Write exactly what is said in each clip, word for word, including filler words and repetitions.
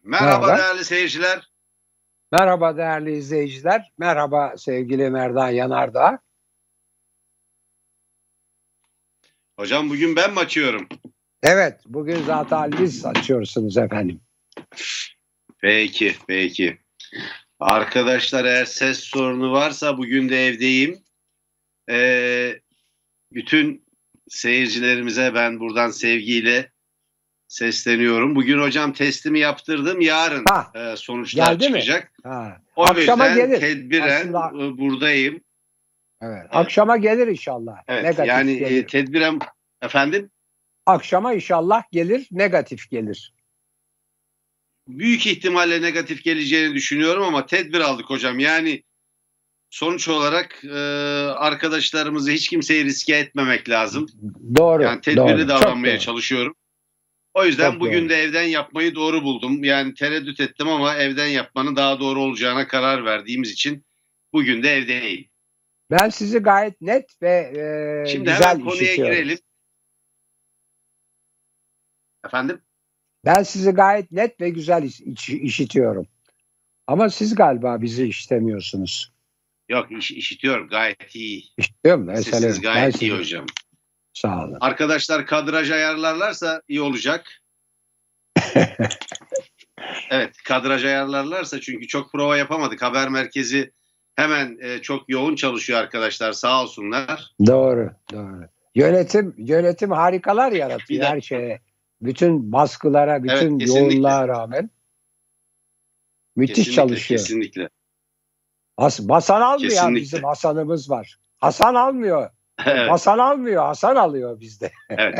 Merhaba Merhaba. değerli seyirciler. Merhaba değerli izleyiciler. Merhaba sevgili Merdan Yanardağ. Hocam bugün ben mi açıyorum? Evet, bugün zaten biz açıyorsunuz efendim. Peki, peki. Arkadaşlar eğer ses sorunu varsa bugün de evdeyim. Ee, bütün seyircilerimize ben buradan sevgiyle sesleniyorum. Bugün hocam testimi yaptırdım. Yarın Ha, e, sonuçlar geldi mi? çıkacak. Ha, O akşama yüzden gelir. tedbiren Aslında e, buradayım. evet, Evet, akşama gelir inşallah. evet. Yani Negatif e, gelir. tedbiren efendim Akşama inşallah gelir, negatif gelir. büyük ihtimalle negatif geleceğini düşünüyorum ama tedbir aldık hocam. Yani sonuç olarak e, arkadaşlarımızı hiç kimseyi riske etmemek lazım. Doğru, Yani tedbirli doğru. Çok davranmaya doğru. çalışıyorum. O yüzden Çok bugün doğru. de evden yapmayı doğru buldum. Yani tereddüt ettim ama evden yapmanın daha doğru olacağına karar verdiğimiz için bugün de evdeyim. Ben sizi gayet net ve e, Şimdi hemen güzel konuya işitiyorum. girelim. Efendim? Ben sizi gayet net ve güzel iş- iş- işitiyorum. Ama siz galiba bizi işitemiyorsunuz. Yok, iş, işitiyorum, gayet iyi. İşitiyor mu? Sesiniz Mesele ben gayet iyi sizi. hocam. Sağ olun. Arkadaşlar kadraj ayarlarlarsa iyi olacak. Evet, kadraj ayarlarlarsa, çünkü çok prova yapamadık. Haber merkezi hemen e, çok yoğun çalışıyor arkadaşlar, sağ olsunlar. Doğru, doğru. Yönetim yönetim harikalar Bir yaratıyor de her şeye. Bütün baskılara, evet, bütün kesinlikle, yoğunluğa rağmen müthiş kesinlikle, çalışıyor. kesinlikle, Has Hasan almıyor ya, bizim kesinlikle. Hasan'ımız var. Hasan almıyor. Evet, Hasan almıyor, Hasan alıyor bizde. evet,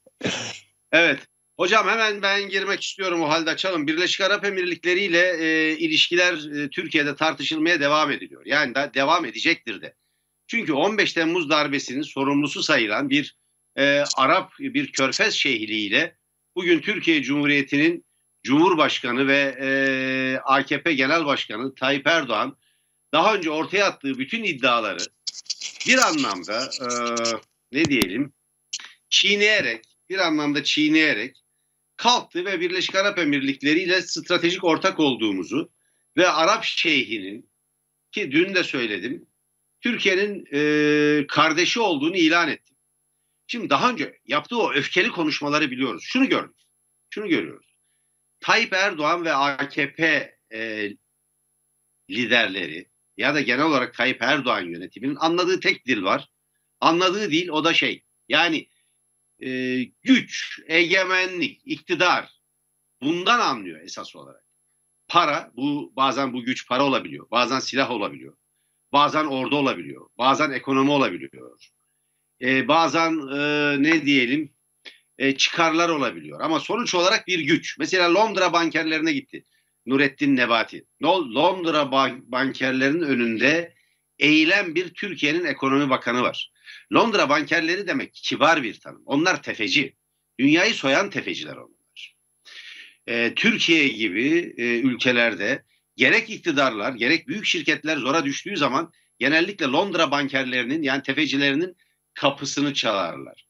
evet. Hocam hemen ben girmek istiyorum, o halde açalım. Birleşik Arap Emirlikleri ile e, ilişkiler e, Türkiye'de tartışılmaya devam ediliyor. Yani da devam edecektir de. Çünkü on beş Temmuz darbesinin sorumlusu sayılan bir e, Arap, bir Körfez şehliğiyle bugün Türkiye Cumhuriyeti'nin Cumhurbaşkanı ve e, A K P Genel Başkanı Tayyip Erdoğan daha önce ortaya attığı bütün iddiaları bir anlamda e, ne diyelim çiğneyerek, bir anlamda çiğneyerek kalktı ve Birleşik Arap Emirlikleri ile stratejik ortak olduğumuzu ve Arap Şeyhi'nin, ki dün de söyledim, Türkiye'nin e, kardeşi olduğunu ilan etti. Şimdi daha önce yaptığı o öfkeli konuşmaları biliyoruz. Şunu gördük, şunu görüyoruz. Tayyip Erdoğan ve A K P e, liderleri ya da genel olarak Tayyip Erdoğan yönetiminin anladığı tek dil var. Anladığı dil, o da şey. Yani e, güç, egemenlik, iktidar, bundan anlıyor esas olarak. Para, bu bazen bu güç para olabiliyor, bazen silah olabiliyor, bazen ordu olabiliyor, bazen ekonomi olabiliyor, e, bazen e, ne diyelim e, çıkarlar olabiliyor. Ama sonuç olarak bir güç. Mesela Londra bankerlerine gitti Nurettin Nebati. Londra bankerlerinin önünde eğilen bir Türkiye'nin ekonomi bakanı var. Londra bankerleri demek kibar bir tanım. Onlar tefeci. Dünyayı soyan tefeciler onlar. E, Türkiye gibi e, ülkelerde gerek iktidarlar gerek büyük şirketler zora düştüğü zaman genellikle Londra bankerlerinin, yani tefecilerinin kapısını çalarlar.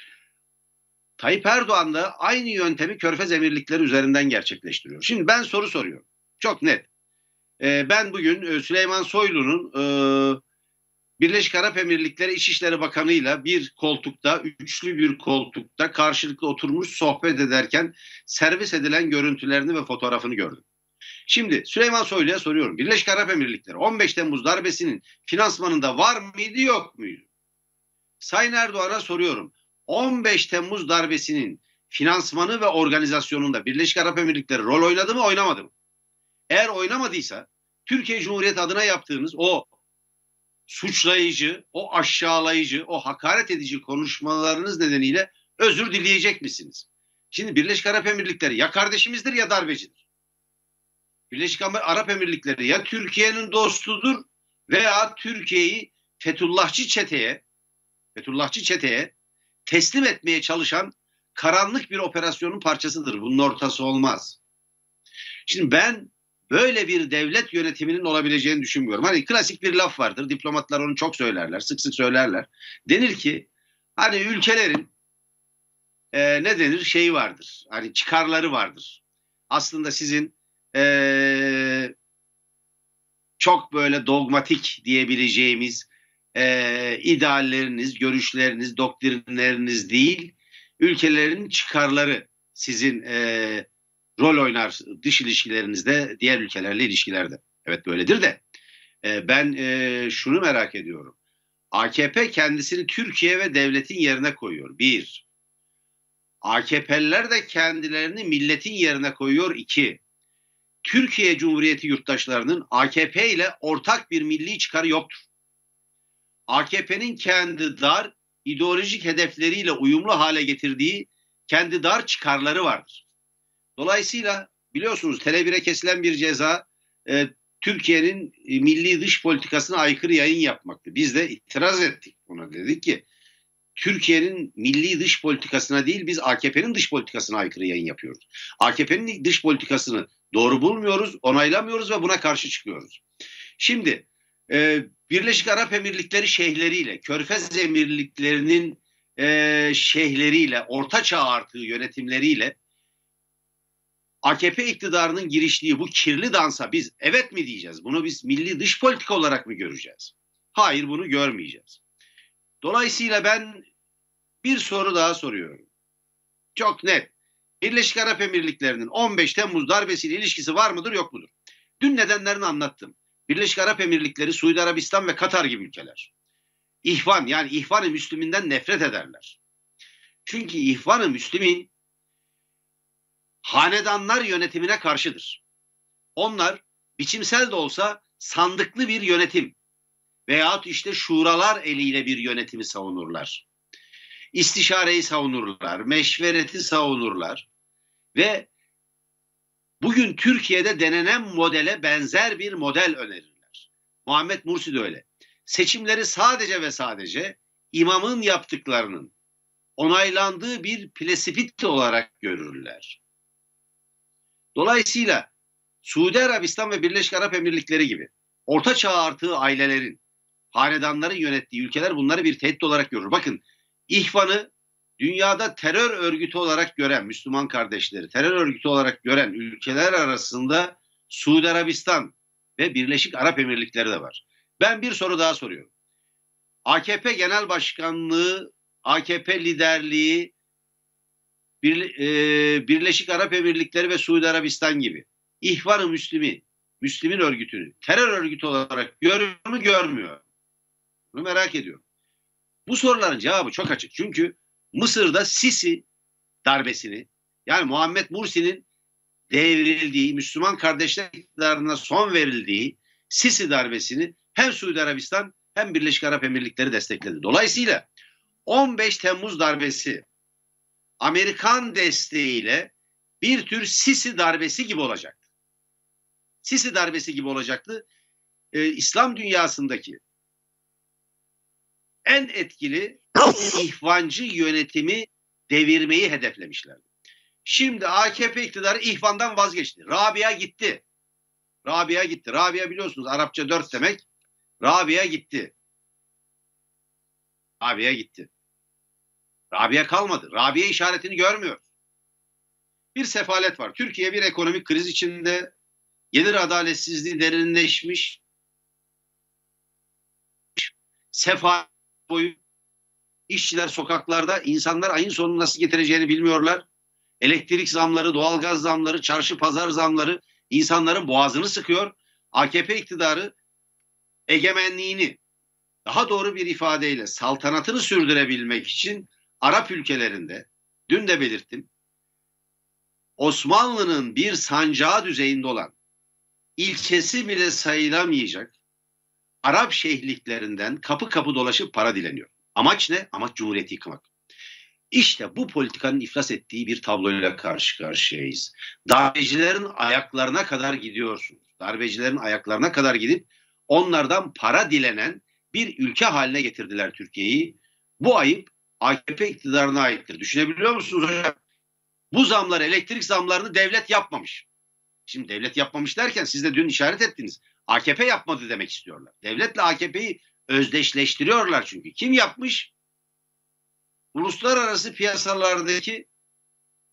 Tayyip Erdoğan da aynı yöntemi Körfez Emirlikleri üzerinden gerçekleştiriyor. Şimdi ben soru soruyorum. Çok net. Ee, ben bugün e, Süleyman Soylu'nun e, Birleşik Arap Emirlikleri İçişleri Bakanı'yla bir koltukta, üçlü bir koltukta karşılıklı oturmuş sohbet ederken servis edilen görüntülerini ve fotoğrafını gördüm. Şimdi Süleyman Soylu'ya soruyorum. Birleşik Arap Emirlikleri on beş Temmuz darbesinin finansmanında var mıydı, yok muydu? Sayın Erdoğan'a soruyorum. on beş Temmuz darbesinin finansmanı ve organizasyonunda Birleşik Arap Emirlikleri rol oynadı mı, oynamadı mı? Eğer oynamadıysa Türkiye Cumhuriyeti adına yaptığınız o suçlayıcı, o aşağılayıcı, o hakaret edici konuşmalarınız nedeniyle özür dileyecek misiniz? Şimdi Birleşik Arap Emirlikleri ya kardeşimizdir ya darbecidir. Birleşik Arap Emirlikleri ya Türkiye'nin dostudur veya Türkiye'yi Fethullahçı çeteye Fethullahçı çeteye teslim etmeye çalışan karanlık bir operasyonun parçasıdır. Bunun ortası olmaz. Şimdi ben böyle bir devlet yönetiminin olabileceğini düşünmüyorum. Hani klasik bir laf vardır. Diplomatlar onu çok söylerler, sık sık söylerler. Denir ki hani ülkelerin e, ne denir şeyi vardır. Hani çıkarları vardır. Aslında sizin e, çok böyle dogmatik diyebileceğimiz e, idealleriniz, görüşleriniz, doktrinleriniz değil, ülkelerin çıkarları sizin e, rol oynar dış ilişkilerinizde, diğer ülkelerle ilişkilerde. Evet böyledir de e, ben e, şunu merak ediyorum. A K P kendisini Türkiye ve devletin yerine koyuyor. Bir. A K P'liler de kendilerini milletin yerine koyuyor. İki. Türkiye Cumhuriyeti yurttaşlarının A K P ile ortak bir milli çıkarı yoktur. A K P'nin kendi dar ideolojik hedefleriyle uyumlu hale getirdiği kendi dar çıkarları vardır. Dolayısıyla biliyorsunuz Tele bir'e kesilen bir ceza e, Türkiye'nin e, milli dış politikasına aykırı yayın yapmaktı. Biz de itiraz ettik buna. Dedik ki Türkiye'nin milli dış politikasına değil biz A K P'nin dış politikasına aykırı yayın yapıyoruz. A K P'nin dış politikasını doğru bulmuyoruz, onaylamıyoruz ve buna karşı çıkıyoruz. Şimdi e, Birleşik Arap Emirlikleri şeyhleriyle, Körfez Emirliklerinin e, şeyhleriyle, Orta Çağ artığı yönetimleriyle A K P iktidarının giriştiği bu kirli dansa biz evet mi diyeceğiz? Bunu biz milli dış politika olarak mı göreceğiz? Hayır, bunu görmeyeceğiz. Dolayısıyla ben bir soru daha soruyorum. Çok net. Birleşik Arap Emirlikleri'nin on beş Temmuz darbesiyle ilişkisi var mıdır yok mudur? Dün nedenlerini anlattım. Birleşik Arap Emirlikleri, Suudi Arabistan ve Katar gibi ülkeler. İhvan yani İhvan-ı Müslümin'den nefret ederler. Çünkü İhvan-ı Müslümin hanedanlar yönetimine karşıdır. Onlar biçimsel de olsa sandıklı bir yönetim veyahut işte şuralar eliyle bir yönetimi savunurlar. İstişareyi savunurlar, meşvereti savunurlar ve bugün Türkiye'de denenen modele benzer bir model önerirler. Muhammed Mursi de öyle. Seçimleri sadece ve sadece imamın yaptıklarının onaylandığı bir plesifit olarak görürler. Dolayısıyla Suudi Arabistan ve Birleşik Arap Emirlikleri gibi Orta Çağ artığı ailelerin, hanedanların yönettiği ülkeler bunları bir tehdit olarak görür. Bakın İhvan'ı dünyada terör örgütü olarak gören Müslüman kardeşleri, terör örgütü olarak gören ülkeler arasında Suudi Arabistan ve Birleşik Arap Emirlikleri de var. Ben bir soru daha soruyorum. A K P Genel Başkanlığı, A K P liderliği, Bir, e, Birleşik Arap Emirlikleri ve Suudi Arabistan gibi İhvan-ı Müslümin, Müslümin örgütünü terör örgütü olarak görüyor mu görmüyor? Bunu merak ediyorum. Bu soruların cevabı çok açık. Çünkü Mısır'da Sisi darbesini yani Muhammed Mursi'nin devrildiği, Müslüman kardeşler iktidarına son verildiği Sisi darbesini hem Suudi Arabistan hem Birleşik Arap Emirlikleri destekledi. Dolayısıyla on beş Temmuz darbesi Amerikan desteğiyle bir tür Sisi darbesi gibi olacaktı. Sisi darbesi gibi olacaktı. Ee, İslam dünyasındaki en etkili ihvancı yönetimi devirmeyi hedeflemişlerdi. Şimdi A K P iktidarı ihvandan vazgeçti. Rabia gitti. Rabia gitti. Rabia biliyorsunuz Arapça dört demek. Rabia gitti. Rabia gitti. Rabia kalmadı. Rabia işaretini görmüyor. Bir sefalet var. Türkiye bir ekonomik kriz içinde, gelir adaletsizliği derinleşmiş, sefalet boyu işçiler sokaklarda, insanlar ayın sonunu nasıl getireceğini bilmiyorlar. Elektrik zamları, doğalgaz zamları, çarşı pazar zamları insanların boğazını sıkıyor. A K P iktidarı egemenliğini, daha doğru bir ifadeyle saltanatını sürdürebilmek için Arap ülkelerinde, dün de belirttim, Osmanlı'nın bir sancağı düzeyinde olan, ilçesi bile sayılamayacak Arap şeyhliklerinden kapı kapı dolaşıp para dileniyor. Amaç ne? Amaç Cumhuriyeti yıkmak. İşte bu politikanın iflas ettiği bir tabloyla karşı karşıyayız. Darbecilerin ayaklarına kadar gidiyorsunuz. Darbecilerin ayaklarına kadar gidip onlardan para dilenen bir ülke haline getirdiler Türkiye'yi. Bu ayıp A K P iktidarına aittir. Düşünebiliyor musunuz hocam? Bu zamları, elektrik zamlarını devlet yapmamış. Şimdi devlet yapmamış derken siz de dün işaret ettiniz. A K P yapmadı demek istiyorlar. Devletle A K P'yi özdeşleştiriyorlar çünkü. Kim yapmış? Uluslararası piyasalardaki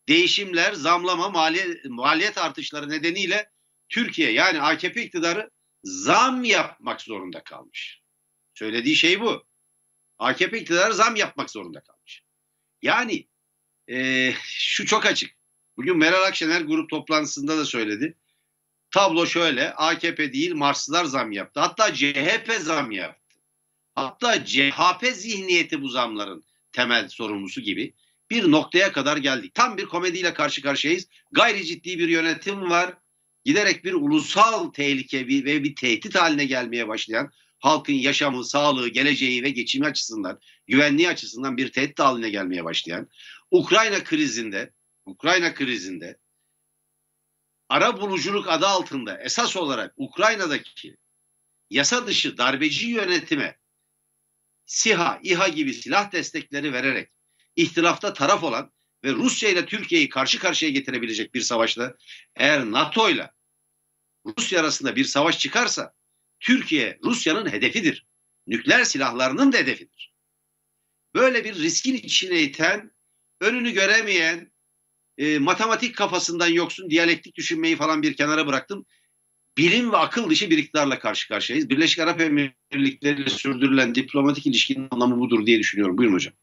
değişimler, zamlama, maliyet, maliyet artışları nedeniyle Türkiye yani A K P iktidarı zam yapmak zorunda kalmış. Söylediği şey bu. A K P iktidarı zam yapmak zorunda kalmış. Yani e, şu çok açık. Bugün Meral Akşener grup toplantısında da söyledi. Tablo şöyle, A K P değil Marslılar zam yaptı. Hatta C H P zam yaptı. Hatta C H P zihniyeti bu zamların temel sorumlusu gibi bir noktaya kadar geldik. Tam bir komediyle karşı karşıyayız. Gayri ciddi bir yönetim var. Giderek bir ulusal tehlike ve bir tehdit haline gelmeye başlayan, halkın yaşamı, sağlığı, geleceği ve geçimi açısından, güvenliği açısından bir tehdit haline gelmeye başlayan, Ukrayna krizinde, Ukrayna krizinde ara buluculuk adı altında esas olarak Ukrayna'daki yasa dışı darbeci yönetime SİHA, İHA gibi silah destekleri vererek ihtilafta taraf olan ve Rusya ile Türkiye'yi karşı karşıya getirebilecek bir savaşta eğer NATO ile Rusya arasında bir savaş çıkarsa Türkiye Rusya'nın hedefidir. Nükleer silahlarının da hedefidir. Böyle bir riskin içine iten, önünü göremeyen, e, matematik kafasından yoksun, diyalektik düşünmeyi falan bir kenara bıraktım. Bilim ve akıl dışı bir iktidarla karşı karşıyayız. Birleşik Arap Emirlikleri ile sürdürülen diplomatik ilişkinin anlamı budur diye düşünüyorum. Buyurun hocam.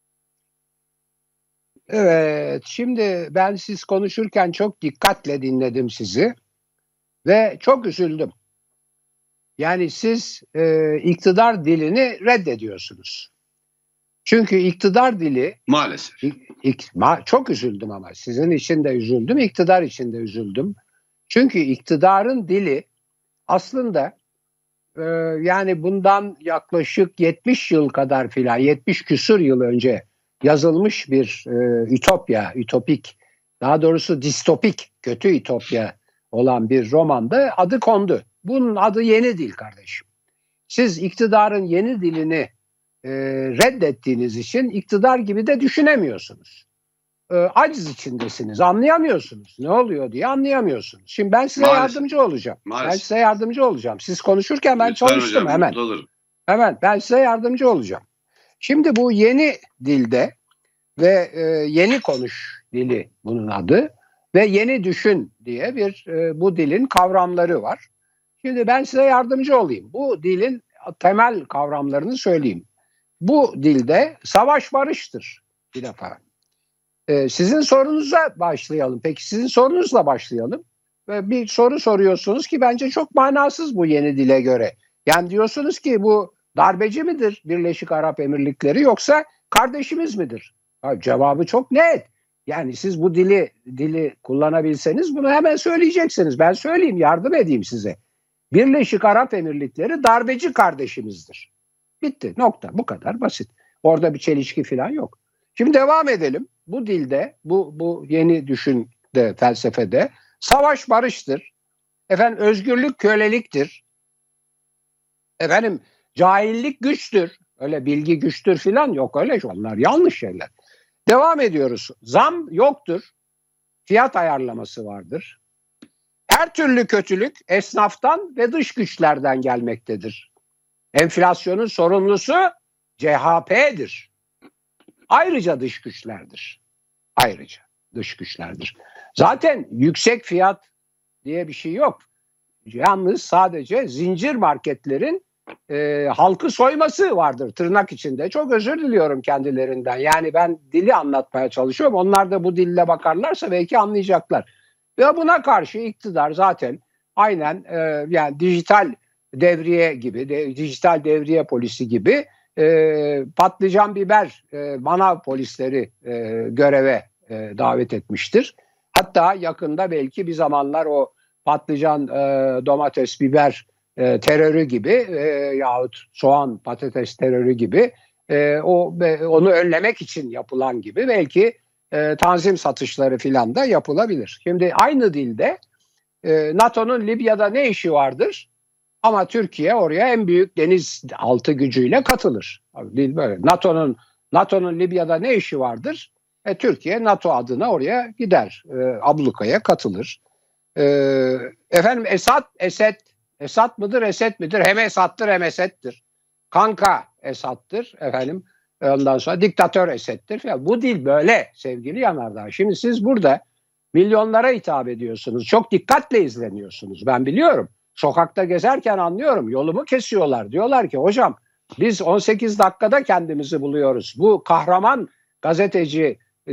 Evet, şimdi ben siz konuşurken çok dikkatle dinledim sizi ve çok üzüldüm. Yani siz e, iktidar dilini reddediyorsunuz. Çünkü iktidar dili maalesef ik, ik, ma, çok üzüldüm ama sizin için de üzüldüm, iktidar için de üzüldüm. Çünkü iktidarın dili aslında e, yani bundan yaklaşık yetmiş yıl kadar filan, yetmiş küsur yıl önce yazılmış bir e, ütopya, ütopik, daha doğrusu distopik, kötü ütopya olan bir romanda adı kondu. Bunun adı yeni dil kardeşim. Siz iktidarın yeni dilini e, reddettiğiniz için iktidar gibi de düşünemiyorsunuz. E, aciz içindesiniz, anlayamıyorsunuz. Ne oluyor diye anlayamıyorsunuz. Şimdi ben size Maalesef. yardımcı olacağım. Maalesef. Ben size yardımcı olacağım. Siz konuşurken ben Lütfen çalıştım hocam, hemen. Hemen ben size yardımcı olacağım. Şimdi bu yeni dilde ve e, yeni konuş dili bunun adı ve yeni düşün diye bir e, bu dilin kavramları var. Şimdi ben size yardımcı olayım. Bu dilin temel kavramlarını söyleyeyim. Bu dilde savaş barıştır bir defa. Ee, sizin sorunuza başlayalım. Peki sizin sorunuzla başlayalım. Ve bir soru soruyorsunuz ki bence çok manasız bu yeni dile göre. Yani diyorsunuz ki bu darbeci midir Birleşik Arap Emirlikleri yoksa kardeşimiz midir? Ha, cevabı çok net. Yani siz bu dili dili kullanabilseniz bunu hemen söyleyeceksiniz. Ben söyleyeyim, yardım edeyim size. Birleşik Arap Emirlikleri darbeci kardeşimizdir. Bitti, nokta, bu kadar basit. Orada bir çelişki falan yok. Şimdi devam edelim. Bu dilde, bu bu yeni düşünde, felsefede savaş barıştır. Efendim özgürlük köleliktir. Efendim cahillik güçtür. Öyle bilgi güçtür falan yok, öyle onlar yanlış şeyler. Devam ediyoruz. Zam yoktur. Fiyat ayarlaması vardır. Her türlü kötülük esnaftan ve dış güçlerden gelmektedir. Enflasyonun sorumlusu C H P'dir. Ayrıca dış güçlerdir. Ayrıca dış güçlerdir. Zaten yüksek fiyat diye bir şey yok. Yalnız sadece zincir marketlerin e, halkı soyması vardır tırnak içinde. Çok özür diliyorum kendilerinden. Yani ben dili anlatmaya çalışıyorum. Onlar da bu dille bakarlarsa belki anlayacaklar. Ve buna karşı iktidar zaten aynen e, yani dijital devriye gibi, de, dijital devriye polisi gibi e, patlıcan biber e, manav polisleri e, göreve e, davet etmiştir. Hatta yakında belki bir zamanlar o patlıcan, e, domates, biber e, terörü gibi e, yahut soğan, patates terörü gibi e, o e, onu önlemek için yapılan gibi belki e, tanzim satışları filan da yapılabilir. Şimdi aynı dilde e, NATO'nun Libya'da ne işi vardır? Ama Türkiye oraya en büyük denizaltı gücüyle katılır. Değil böyle. NATO'nun NATO'nun Libya'da ne işi vardır? E, Türkiye NATO adına oraya gider. E, ablukaya katılır. E, efendim Esad, Esed, Esad mıdır, Esed midir? Hem Esad'tır hem Esed'tir. Kanka Esad'tır efendim. ondan sonra diktatör Esed'dir falan. Bu dil böyle sevgili Yanardağ. Şimdi siz burada milyonlara hitap ediyorsunuz. Çok dikkatle izleniyorsunuz. Ben biliyorum. Sokakta gezerken anlıyorum. Yolumu kesiyorlar. Diyorlar ki hocam biz on sekiz dakikada kendimizi buluyoruz. Bu kahraman gazeteci e,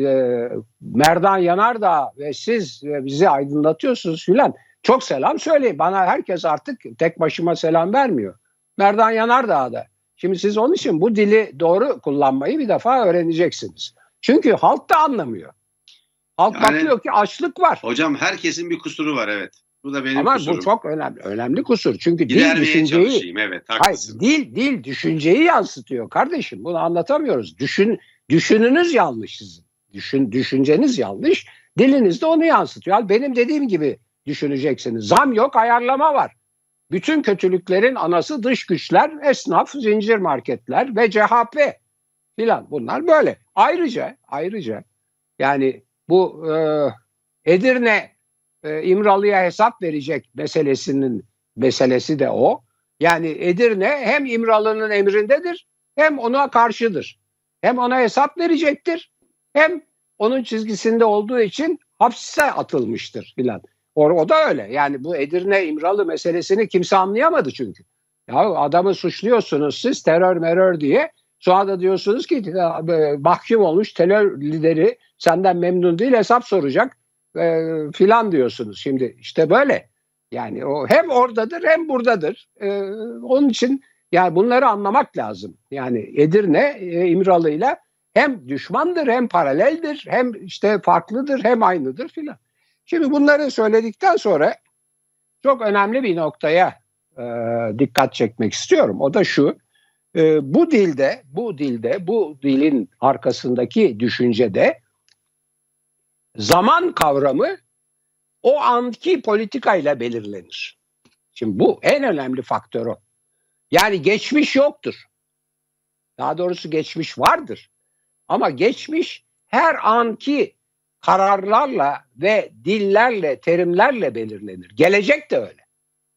Merdan Yanardağ ve siz e, bizi aydınlatıyorsunuz filan. Çok selam söyleyin. Bana herkes artık tek başıma selam vermiyor. Merdan Yanardağ da. Şimdi siz onun için bu dili doğru kullanmayı bir defa öğreneceksiniz. Çünkü halk da anlamıyor. Halk Yani, bakıyor ki açlık var. Hocam herkesin bir kusuru var, evet. Bu da benim Ama kusurum. bu çok önemli. Önemli kusur. Çünkü dil Gidermeye düşünceyi, çalışayım, evet, hayır, haklısın. dil dil düşünceyi yansıtıyor kardeşim. Bunu anlatamıyoruz. Düşün düşününüz yanlış sizin. Düşün düşünceniz yanlış. Diliniz de onu yansıtıyor. Yani benim dediğim gibi düşüneceksiniz. Zam yok, ayarlama var. Bütün kötülüklerin anası dış güçler, esnaf, zincir marketler ve C H P filan. Bunlar böyle. Ayrıca ayrıca yani bu e, Edirne e, İmralı'ya hesap verecek meselesinin meselesi de o. Yani Edirne hem İmralı'nın emrindedir hem ona karşıdır. Hem ona hesap verecektir hem onun çizgisinde olduğu için hapse atılmıştır filan. O, o da öyle. Yani bu Edirne İmralı meselesini kimse anlayamadı çünkü. Ya adamı suçluyorsunuz siz terör merör diye. Sonra da diyorsunuz ki mahkum olmuş terör lideri senden memnun değil hesap soracak e, filan diyorsunuz. Şimdi işte böyle. Yani o hem oradadır hem buradadır. E, onun için yani bunları anlamak lazım. Yani Edirne e, İmralı'yla hem düşmandır hem paraleldir hem işte farklıdır hem aynıdır filan. Şimdi bunları söyledikten sonra çok önemli bir noktaya e, dikkat çekmek istiyorum. O da şu. E, bu dilde, bu dilde, bu dilin arkasındaki düşüncede zaman kavramı o anki politikayla belirlenir. Şimdi bu en önemli faktör o. Yani geçmiş yoktur. Daha doğrusu geçmiş vardır. Ama geçmiş her anki kararlarla ve dillerle, terimlerle belirlenir. Gelecek de öyle.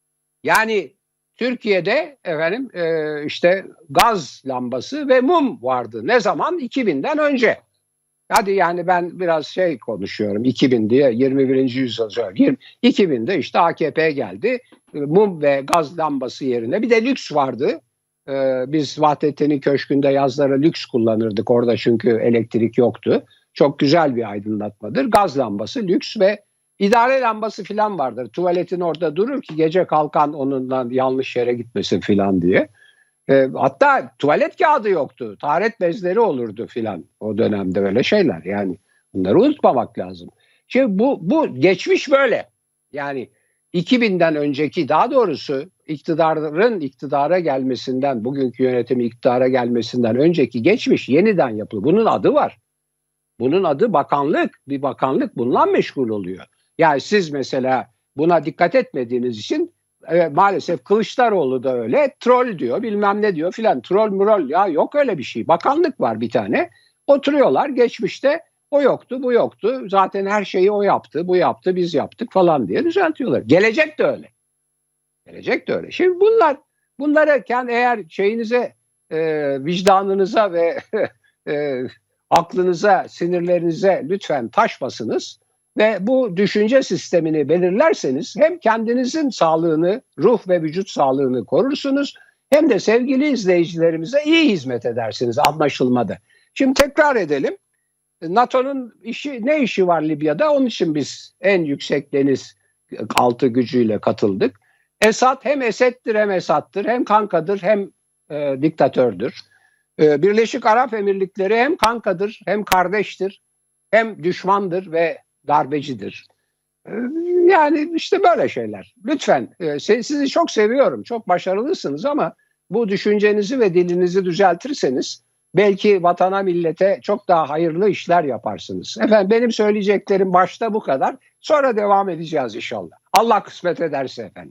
Yani Türkiye'de efendim e, işte gaz lambası ve mum vardı. Ne zaman? iki binden önce. Hadi yani ben biraz şey konuşuyorum iki bin diye yirmi birinci yüzyıl söylüyorum. iki binde işte A K P geldi. Mum ve gaz lambası yerine bir de lüks vardı. Ee, biz Vahdettin'in köşkünde yazları lüks kullanırdık orada çünkü elektrik yoktu. Çok güzel bir aydınlatmadır. Gaz lambası lüks ve idare lambası filan vardır. Tuvaletin orada durur ki gece kalkan onundan yanlış yere gitmesin filan diye. E, hatta tuvalet kağıdı yoktu. Taharet bezleri olurdu filan o dönemde böyle şeyler. Yani bunları unutmamak lazım. Şimdi bu, bu geçmiş böyle. Yani iki binden önceki daha doğrusu iktidarın iktidara gelmesinden, bugünkü yönetimi iktidara gelmesinden önceki geçmiş yeniden yapılıyor. Bunun adı var. Bunun adı bakanlık. Bir bakanlık bununla meşgul oluyor. Yani siz mesela buna dikkat etmediğiniz için evet, maalesef Kılıçdaroğlu da öyle troll diyor bilmem ne diyor filan troll murol ya yok öyle bir şey bakanlık var bir tane oturuyorlar geçmişte o yoktu bu yoktu zaten her şeyi o yaptı bu yaptı biz yaptık falan diye düzeltiyorlar. Gelecek de öyle. Gelecek de öyle. Şimdi bunlar bunlara kendi eğer şeyinize e, vicdanınıza ve e, aklınıza sinirlerinize lütfen taşmasınız. Ve bu düşünce sistemini belirlerseniz hem kendinizin sağlığını, ruh ve vücut sağlığını korursunuz hem de sevgili izleyicilerimize iyi hizmet edersiniz anlaşılmada. Şimdi tekrar edelim. NATO'nun işi ne işi var Libya'da? Onun için biz en yüksek deniz altı gücüyle katıldık. Esad hem Esed'dir hem Esad'tır, hem kankadır hem e, diktatördür. E, Birleşik Arap Emirlikleri hem kankadır hem kardeştir hem düşmandır ve darbecidir. Yani işte böyle şeyler. Lütfen sizi çok seviyorum. Çok başarılısınız ama bu düşüncenizi ve dilinizi düzeltirseniz belki vatana millete çok daha hayırlı işler yaparsınız. Efendim benim söyleyeceklerim başta bu kadar. Sonra devam edeceğiz inşallah. Allah kısmet ederse efendim.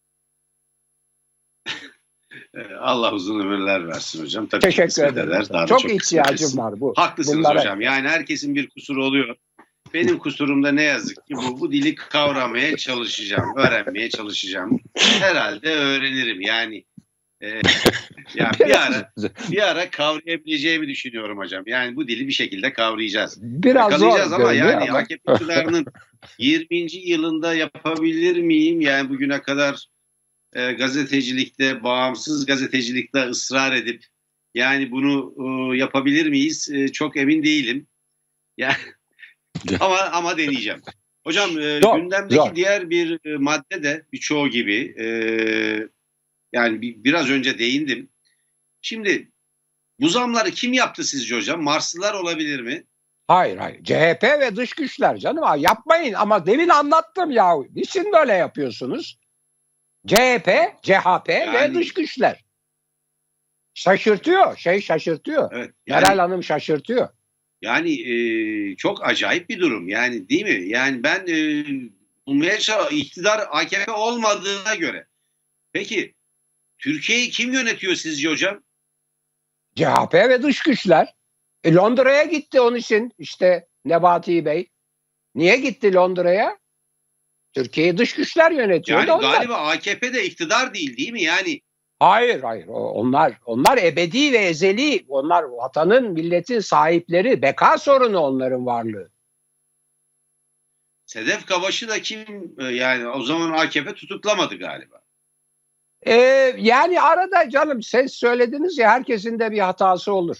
Allah uzun ömürler versin hocam. Tabii teşekkür ederim. Eder, daha çok, çok ihtiyacım var bu. Haklısınız bunlara. Hocam. Yani herkesin bir kusuru oluyor. Benim kusurumda ne yazık ki bu, bu dili kavramaya çalışacağım, öğrenmeye çalışacağım. Herhalde öğrenirim. Yani Ee, ya bir ara bir ara kavrayabileceğimi düşünüyorum hocam. Yani bu dili bir şekilde kavrayacağız. Biraz Yakalayacağız zor ama görünüyor yani ama. A K P iktidarının yirminci yılında yapabilir miyim? Yani bugüne kadar e, gazetecilikte, bağımsız gazetecilikte ısrar edip yani bunu e, yapabilir miyiz? E, çok emin değilim. Yani ama ama deneyeceğim. Hocam e, Zor, gündemdeki zor. diğer bir e, madde de birçoğu gibi e, yani bir, biraz önce değindim. Şimdi bu zamları kim yaptı sizce hocam? Marslılar olabilir mi? Hayır hayır. C H P ve dış güçler canım. Ha, yapmayın ama demin anlattım ya. Niçin böyle yapıyorsunuz? C H P, C H P ve dış Yani güçler. Şaşırtıyor. Şey şaşırtıyor. evet Meral yani Hanım şaşırtıyor. yani e, çok acayip bir durum. Yani değil mi? Yani ben e, bulmaya çalış- iktidar A K P olmadığına göre. Peki Türkiye'yi kim yönetiyor sizce hocam? C H P ve dış güçler. E, Londra'ya gitti onun için işte Nebati Bey. Niye gitti Londra'ya? Türkiye'yi dış güçler yönetiyor da Yani onlar. galiba A K P de iktidar değil değil mi? Yani Hayır hayır. O- Onlar onlar ebedi ve ezeli. Onlar vatanın, milletin sahipleri. Beka sorunu onların varlığı. Sedef Kabaş'ı da kim e, yani o zaman A K P tutuklamadı galiba. Ee, yani arada canım siz söylediniz ya herkesin de bir hatası olur.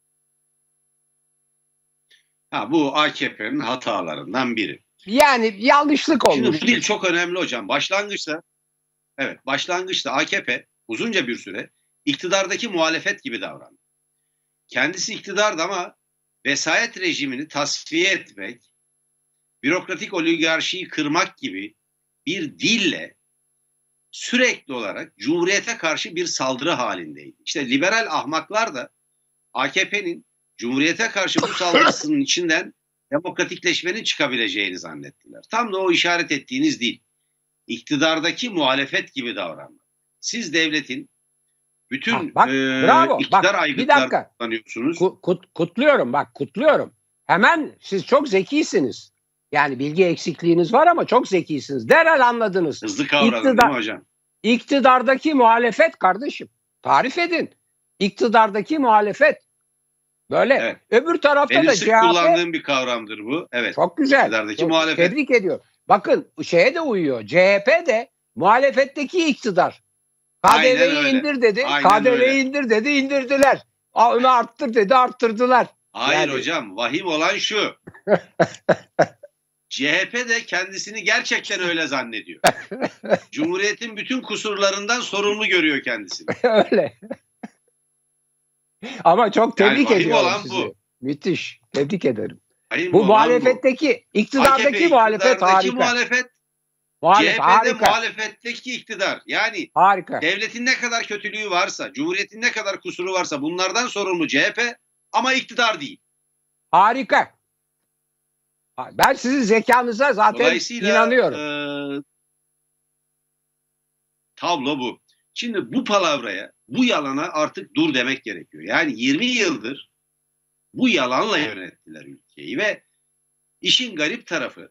Ha bu A K P'nin hatalarından biri. Yani yanlışlık Şimdi bu olmuştur. dil çok önemli hocam. Başlangıçta evet başlangıçta A K P uzunca bir süre iktidardaki muhalefet gibi davrandı. Kendisi iktidardı ama vesayet rejimini tasfiye etmek, bürokratik oligarşiyi kırmak gibi bir dille sürekli olarak Cumhuriyete karşı bir saldırı halindeydi. İşte liberal ahmaklar da A K P'nin Cumhuriyete karşı bu saldırısının içinden demokratikleşmenin çıkabileceğini zannettiler. Tam da o işaret ettiğiniz değil. İktidardaki muhalefet gibi davranmak. Siz devletin Ha, bütün bak e, bravo iktidar bak bir aygıtlarını dakika kullanıyorsunuz. Ku- kut- kutluyorum bak kutluyorum. Hemen siz çok zekisiniz. Yani bilgi eksikliğiniz var ama çok zekisiniz. Derhal anladınız. Hızlı kavradım değil İktidar, mi hocam? iktidardaki muhalefet kardeşim. Tarif edin. İktidardaki muhalefet. Böyle. Evet. Öbür tarafta Benim da sık C H P kullandığım bir kavramdır bu. Evet. çok güzel. İktidardaki Çok, muhalefet. tebrik ediyorum. Bakın şeye de uyuyor. C H P de muhalefetteki iktidar. Aynen K D V'yi öyle. indir dedi. Aynen öyle. K D V'yi indir dedi. indirdiler. Aa, onu arttır dedi. Arttırdılar. Hayır Yani hocam. Vahim olan şu. C H P de kendisini gerçekten öyle zannediyor. Cumhuriyetin bütün kusurlarından sorumlu görüyor kendisini. öyle. Ama çok Yani tebrik vahim ediyorum olan sizi. bu. Müthiş. Tebrik ederim. Vahim Bu olan bu. muhalefetteki, iktidardaki A K P muhalefet iktidardaki harika. muhalefet, Muhalefet C H P'de harika. muhalefetteki iktidar. Yani Harika. devletin ne kadar kötülüğü varsa, Cumhuriyetin ne kadar kusuru varsa bunlardan sorumlu C H P ama iktidar değil. Harika. Ben sizin zekanıza zaten Dolayısıyla inanıyorum. e, tablo bu. Şimdi bu palavraya, bu yalana artık dur demek gerekiyor. Yani yirmi yıldır bu yalanla yönettiler ülkeyi ve işin garip tarafı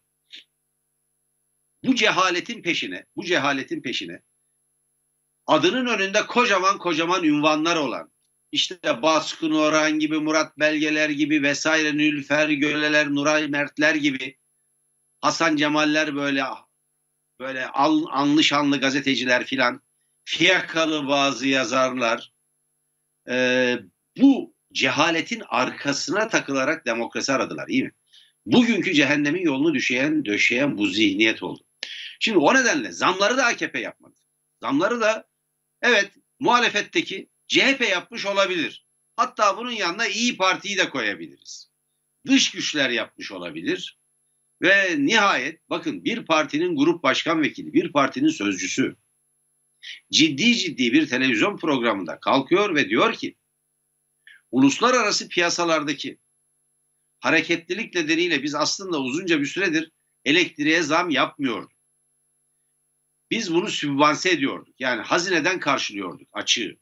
bu cehaletin peşine, bu cehaletin peşine adının önünde kocaman kocaman ünvanlar olan işte Baskın Orhan gibi, Murat Belgeler gibi vesaire, Nülfer Göleler, Nuray Mertler gibi, Hasan Cemaller böyle böyle anlı şanlı gazeteciler filan, fiyakalı bazı yazarlar e, bu cehaletin arkasına takılarak demokrasi aradılar, iyi mi? Bugünkü cehennemin yolunu düşeyen, döşeyen bu zihniyet oldu. Şimdi o nedenle zamları da A K P yapmadı. Zamları da evet muhalefetteki C H P yapmış olabilir. Hatta bunun yanına İyi Parti'yi de koyabiliriz. Dış güçler yapmış olabilir. Ve nihayet bakın bir partinin grup başkan vekili, bir partinin sözcüsü ciddi ciddi bir televizyon programında kalkıyor ve diyor ki uluslararası piyasalardaki hareketlilik nedeniyle biz aslında uzunca bir süredir elektriğe zam yapmıyorduk. Biz bunu sübvanse ediyorduk. Yani hazineden karşılıyorduk açığı.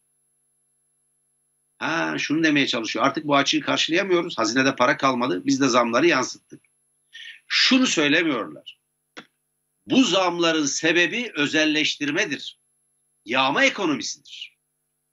Ha, şunu demeye çalışıyor. Artık bu açığı karşılayamıyoruz. Hazinede para kalmadı. Biz de zamları yansıttık. Şunu söylemiyorlar. Bu zamların sebebi özelleştirmedir. Yağma ekonomisidir.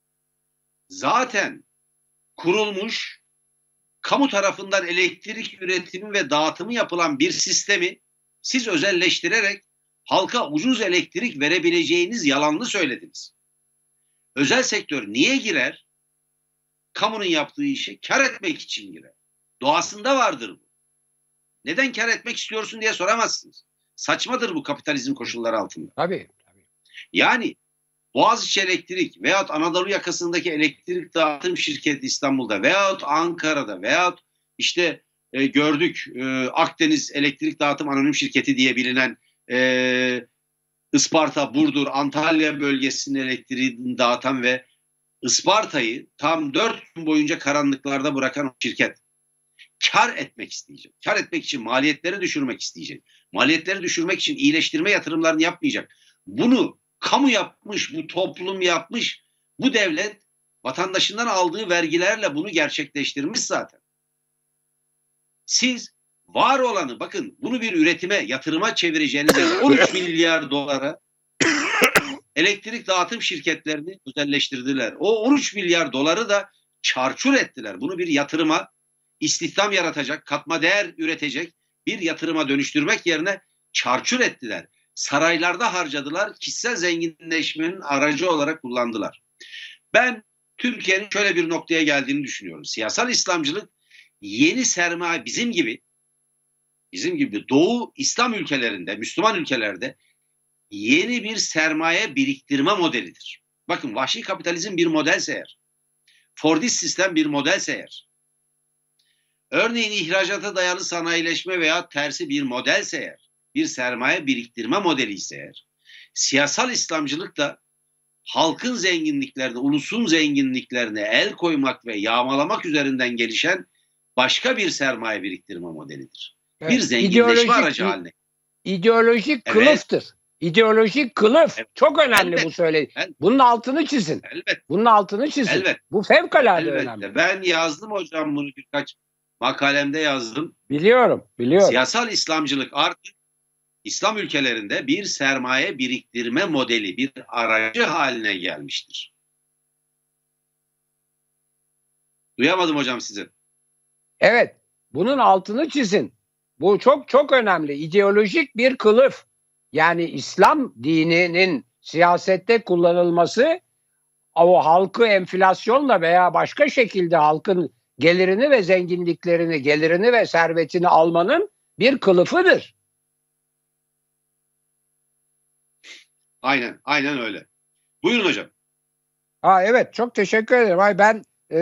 zaten kurulmuş, kamu tarafından elektrik üretimi ve dağıtımı yapılan bir sistemi siz özelleştirerek halka ucuz elektrik verebileceğiniz yalanını söylediniz. Özel sektör niye girer? Kamunun yaptığı işe kar etmek için girer. Doğasında vardır bu. Neden kar etmek istiyorsun diye soramazsınız. Saçmadır bu kapitalizm koşulları altında. Tabii. tabii. Yani Boğaziçi Elektrik veyahut Anadolu yakasındaki elektrik dağıtım şirketi İstanbul'da veyahut Ankara'da veyahut işte e, gördük e, Akdeniz Elektrik Dağıtım Anonim Şirketi diye bilinen e, Isparta, Burdur, Antalya bölgesinin elektriğini dağıtan ve Isparta'yı tam dört gün boyunca karanlıklarda bırakan o şirket. Kar etmek isteyecek. Kar etmek için maliyetleri düşürmek isteyecek. Maliyetleri düşürmek için iyileştirme yatırımlarını yapmayacak. Bunu kamu yapmış, bu toplum yapmış, bu devlet vatandaşından aldığı vergilerle bunu gerçekleştirmiş zaten. Siz var olanı, bakın bunu bir üretime, yatırıma çevireceğiniz on üç milyar dolara elektrik dağıtım şirketlerini özelleştirdiler. O on üç milyar doları da çarçur ettiler. Bunu bir yatırıma, istihdam yaratacak, katma değer üretecek bir yatırıma dönüştürmek yerine çarçur ettiler. Saraylarda harcadılar, kişisel zenginleşmenin aracı olarak kullandılar. Ben Türkiye'nin şöyle bir noktaya geldiğini düşünüyorum. Siyasal İslamcılık yeni sermaye bizim gibi, bizim gibi Doğu İslam ülkelerinde, Müslüman ülkelerde yeni bir sermaye biriktirme modelidir. Bakın vahşi kapitalizm bir modelse eğer, Fordist sistem bir modelse eğer, örneğin ihracata dayalı sanayileşme veya tersi bir modelse eğer, bir sermaye biriktirme modeli ise eğer, siyasal İslamcılık da halkın zenginliklerine, ulusun zenginliklerine el koymak ve yağmalamak üzerinden gelişen başka bir sermaye biriktirme modelidir. Evet, bir zenginleşme aracı haline. İdeolojik kılıftır. Evet. İdeolojik kılıf. Evet. Çok önemli Elbet. bu söyledi. Bunun altını çizin. Elbet. Bunun altını çizin. Elbet. Bu fevkalade Elbette. önemli. Ben yazdım hocam bunu, birkaç makalemde yazdım. Biliyorum, biliyorum. Siyasal İslamcılık artık İslam ülkelerinde bir sermaye biriktirme modeli, bir aracı haline gelmiştir. Duyamadım hocam sizi. Evet, bunun altını çizin. Bu çok çok önemli. İdeolojik bir kılıf. Yani İslam dininin siyasette kullanılması, o halkı enflasyonla veya başka şekilde halkın gelirini ve zenginliklerini, gelirini ve servetini almanın bir kılıfıdır. Aynen, aynen öyle. Buyurun hocam. Ha, evet, çok teşekkür ederim. Ay, ben e,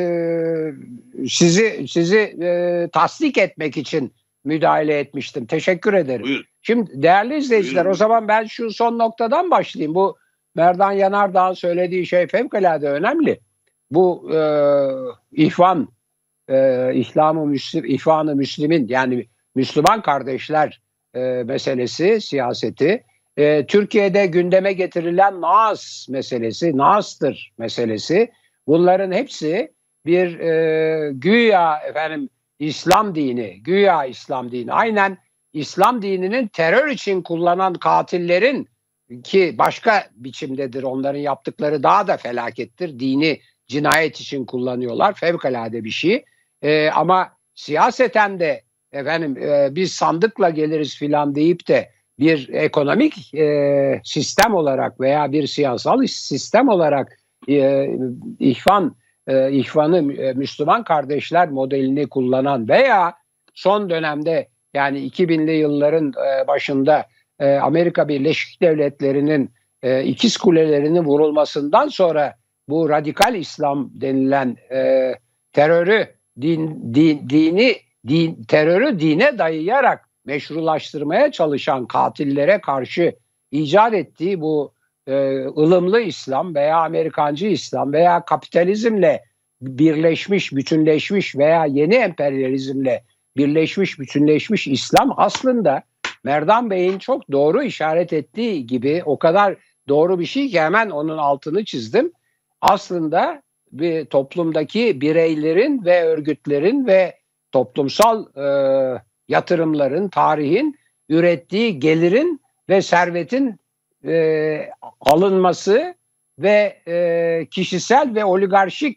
sizi sizi e, tasdik etmek için müdahale etmiştim. Teşekkür ederim. Buyur. Şimdi değerli izleyiciler, Buyurun. O zaman ben şu son noktadan başlayayım. Bu Merdan Yanardağ'ın söylediği şey fevkalade önemli. Bu e, ihvan, e, İhlam-ı Müslim, İhvan-ı Müslim'in, yani Müslüman kardeşler e, meselesi, siyaseti, e, Türkiye'de gündeme getirilen Naas meselesi, Naas'tır meselesi, bunların hepsi bir e, güya efendim İslam dini, güya İslam dini, aynen İslam dininin terör için kullanan katillerin, ki başka biçimdedir, onların yaptıkları daha da felakettir, dini cinayet için kullanıyorlar, fevkalade bir şey. Ee, ama siyaseten de efendim e, biz sandıkla geliriz filan deyip de bir ekonomik e, sistem olarak veya bir siyasal sistem olarak e, ihvan, e, ihvanı e, Müslüman kardeşler modelini kullanan veya son dönemde, yani iki binli yılların e, başında e, Amerika Birleşik Devletleri'nin e, ikiz kulelerinin vurulmasından sonra bu radikal İslam denilen e, terörü din, din, dini din, terörü dine dayayarak meşrulaştırmaya çalışan katillere karşı icat ettiği bu e, ılımlı İslam veya Amerikancı İslam veya kapitalizmle birleşmiş, bütünleşmiş veya yeni emperyalizmle birleşmiş, bütünleşmiş İslam aslında Merdan Bey'in çok doğru işaret ettiği gibi o kadar doğru bir şey ki hemen onun altını çizdim. Aslında bir toplumdaki bireylerin ve örgütlerin ve toplumsal e, yatırımların, tarihin ürettiği gelirin ve servetin e, alınması ve e, kişisel ve oligarşik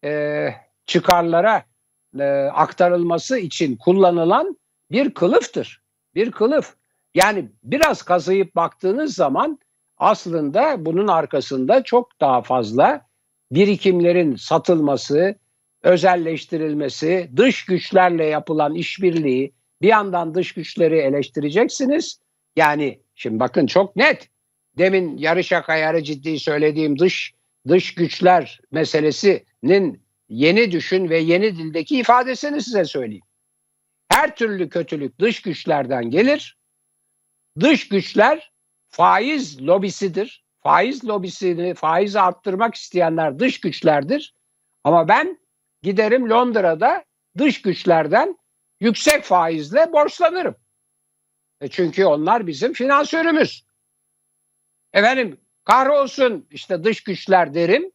e, çıkarlara e, aktarılması için kullanılan bir kılıftır. Bir kılıf. Yani biraz kazıyıp baktığınız zaman aslında bunun arkasında çok daha fazla birikimlerin satılması, özelleştirilmesi, dış güçlerle yapılan işbirliği, bir yandan dış güçleri eleştireceksiniz. Yani şimdi bakın çok net. Demin yarı şaka yarı ciddi söylediğim dış dış güçler meselesinin yeni düşün ve yeni dildeki ifadesini size söyleyeyim. Her türlü kötülük dış güçlerden gelir. Dış güçler faiz lobisidir. Faiz lobisini, faizi arttırmak isteyenler dış güçlerdir. Ama ben giderim Londra'da dış güçlerden yüksek faizle borçlanırım. E çünkü onlar bizim finansörümüz. Efendim kahrolsun işte dış güçler derim.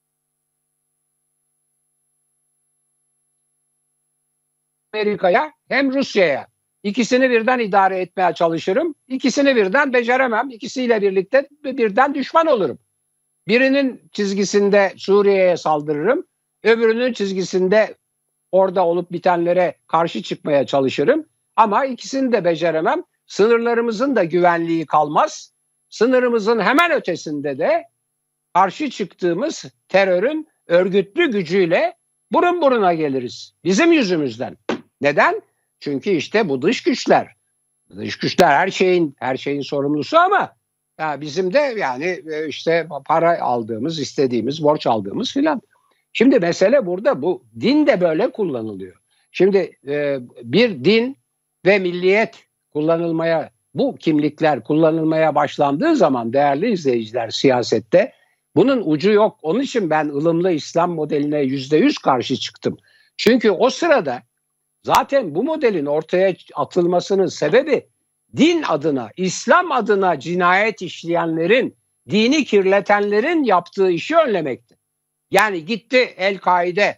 Amerika'ya hem Rusya'ya ikisini birden idare etmeye çalışırım. İkisini birden beceremem. İkisiyle birlikte birden düşman olurum. Birinin çizgisinde Suriye'ye saldırırım. Öbürünün çizgisinde orada olup bitenlere karşı çıkmaya çalışırım. Ama ikisini de beceremem. Sınırlarımızın da güvenliği kalmaz. Sınırımızın hemen ötesinde de karşı çıktığımız terörün örgütlü gücüyle burun buruna geliriz. Bizim yüzümüzden. Neden? Çünkü işte bu dış güçler. Dış güçler her şeyin her şeyin sorumlusu ama ya bizim de yani işte para aldığımız, istediğimiz, borç aldığımız filan. Şimdi mesele burada bu. Din de böyle kullanılıyor. Şimdi e, bir din ve milliyet kullanılmaya, bu kimlikler kullanılmaya başlandığı zaman değerli izleyiciler siyasette bunun ucu yok. Onun için ben ılımlı İslam modeline yüzde yüz karşı çıktım. Çünkü o sırada zaten bu modelin ortaya atılmasının sebebi din adına, İslam adına cinayet işleyenlerin, dini kirletenlerin yaptığı işi önlemekti. Yani gitti El-Kaide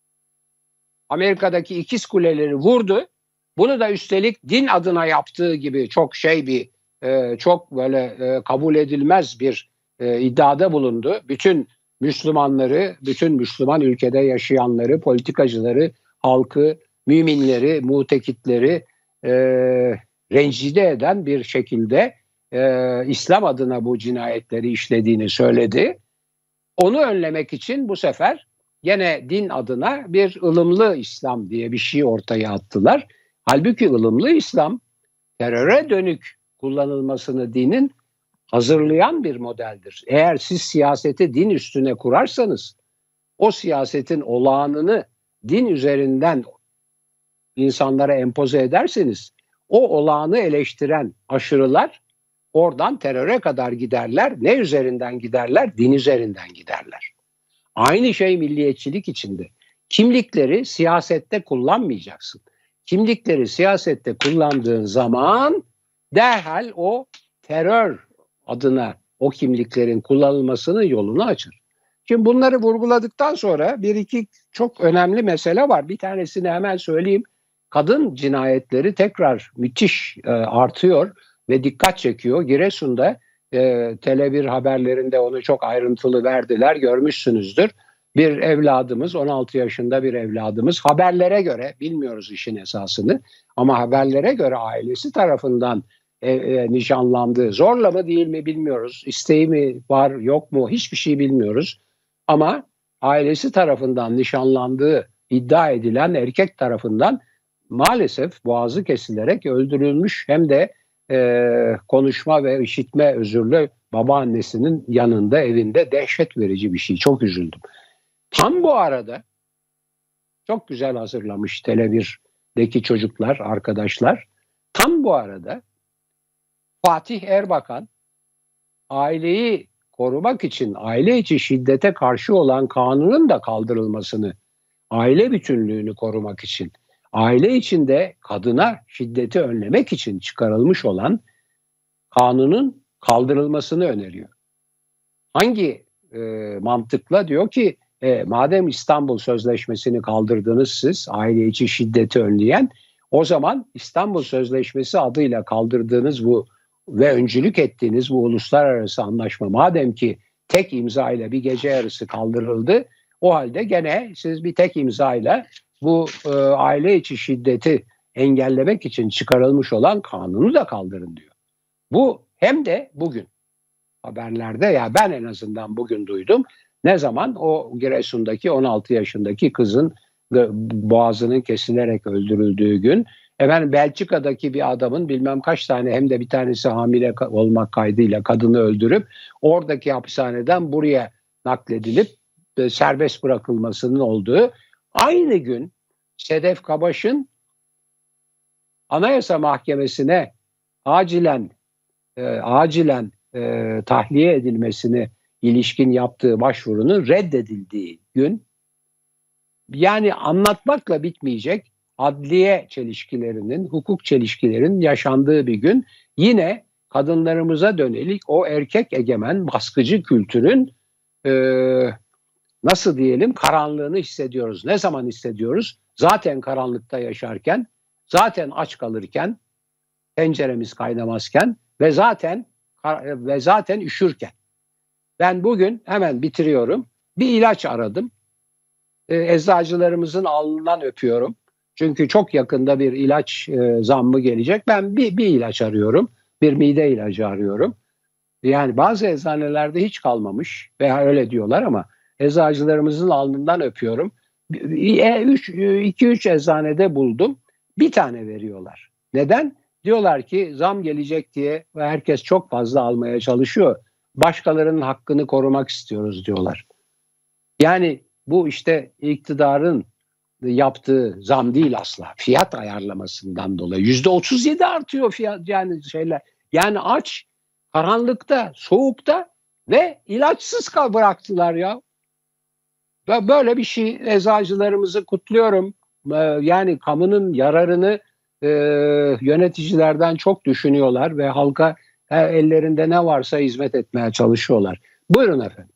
Amerika'daki ikiz kuleleri vurdu. Bunu da üstelik din adına yaptığı gibi çok şey bir, e, çok böyle e, kabul edilmez bir e, iddiada bulundu. Bütün Müslümanları, bütün Müslüman ülkede yaşayanları, politikacıları, halkı, müminleri, mutekitleri e, rencide eden bir şekilde e, İslam adına bu cinayetleri işlediğini söyledi. Onu önlemek için bu sefer gene din adına bir ılımlı İslam diye bir şey ortaya attılar. Halbuki ılımlı İslam teröre dönük kullanılmasını dinin hazırlayan bir modeldir. Eğer siz siyaseti din üstüne kurarsanız o siyasetin olağanını din üzerinden insanlara empoze ederseniz o olağanı eleştiren aşırılar oradan teröre kadar giderler. Ne üzerinden giderler? Din üzerinden giderler. Aynı şey milliyetçilik içinde. Kimlikleri siyasette kullanmayacaksın. Kimlikleri siyasette kullandığın zaman derhal o terör adına o kimliklerin kullanılmasının yolunu açır. Şimdi bunları vurguladıktan sonra bir iki çok önemli mesele var. Bir tanesini hemen söyleyeyim. Kadın cinayetleri tekrar müthiş e, artıyor ve dikkat çekiyor. Giresun'da e, Tele bir haberlerinde onu çok ayrıntılı verdiler, görmüşsünüzdür. Bir evladımız, on altı yaşında bir evladımız, haberlere göre, bilmiyoruz işin esasını ama haberlere göre ailesi tarafından e, e, nişanlandı. Zorla mı değil mi bilmiyoruz. İsteği mi var yok mu hiçbir şey bilmiyoruz. Ama ailesi tarafından nişanlandığı iddia edilen erkek tarafından maalesef boğazı kesilerek öldürülmüş, hem de e, konuşma ve işitme özürlü babaannesinin yanında, evinde. Dehşet verici bir şey. Çok üzüldüm. Tam bu arada çok güzel hazırlamış Tele bir'deki çocuklar, arkadaşlar. Tam bu arada Fatih Erbakan aileyi korumak için aile içi şiddete karşı olan kanunun da kaldırılmasını, aile bütünlüğünü korumak için, aile içinde kadına şiddeti önlemek için çıkarılmış olan kanunun kaldırılmasını öneriyor. Hangi e, mantıkla? Diyor ki e, madem İstanbul Sözleşmesi'ni kaldırdınız siz, aile içi şiddeti önleyen, o zaman İstanbul Sözleşmesi adıyla kaldırdığınız bu ve öncülük ettiğiniz bu uluslararası anlaşma madem ki tek imza ile bir gece yarısı kaldırıldı, O halde gene siz bir tek imzayla bu e, aile içi şiddeti engellemek için çıkarılmış olan kanunu da kaldırın diyor. Bu hem de bugün haberlerde, ya ben en azından bugün duydum. Ne zaman o Giresun'daki on altı yaşındaki kızın boğazının kesilerek öldürüldüğü gün, efendim Belçika'daki bir adamın bilmem kaç tane, hem de bir tanesi hamile olmak kaydıyla kadını öldürüp oradaki hapishaneden buraya nakledilip e, serbest bırakılmasının olduğu aynı gün Sedef Kabaş'ın Anayasa Mahkemesi'ne acilen e, acilen e, tahliye edilmesine ilişkin yaptığı başvurunun reddedildiği gün, yani anlatmakla bitmeyecek adliye çelişkilerinin, hukuk çelişkilerinin yaşandığı bir gün, yine kadınlarımıza dönelik o erkek egemen baskıcı kültürün e, nasıl diyelim karanlığını hissediyoruz. Ne zaman hissediyoruz? Zaten karanlıkta yaşarken, zaten aç kalırken, tenceremiz kaynamazken ve zaten ve zaten üşürken. Ben bugün hemen bitiriyorum. Bir ilaç aradım. E, eczacılarımızın alnından öpüyorum. Çünkü çok yakında bir ilaç e, zammı gelecek. Ben bir, bir ilaç arıyorum. Bir mide ilacı arıyorum. Yani bazı eczanelerde hiç kalmamış veya öyle diyorlar ama eczacılarımızın alnından öpüyorum. iki üç eczanede buldum. Bir tane veriyorlar. Neden? Diyorlar ki zam gelecek diye ve herkes çok fazla almaya çalışıyor. Başkalarının hakkını korumak istiyoruz diyorlar. Yani bu işte iktidarın yaptığı zam değil asla. Fiyat ayarlamasından dolayı yüzde otuz yedi artıyor fiyat, yani şeyler. Yani aç, karanlıkta, soğukta ve ilaçsız kal bıraktılar ya. Böyle bir şey, eczacılarımızı kutluyorum. Yani kamunun yararını e, yöneticilerden çok düşünüyorlar ve halka ellerinde ne varsa hizmet etmeye çalışıyorlar. Buyurun efendim.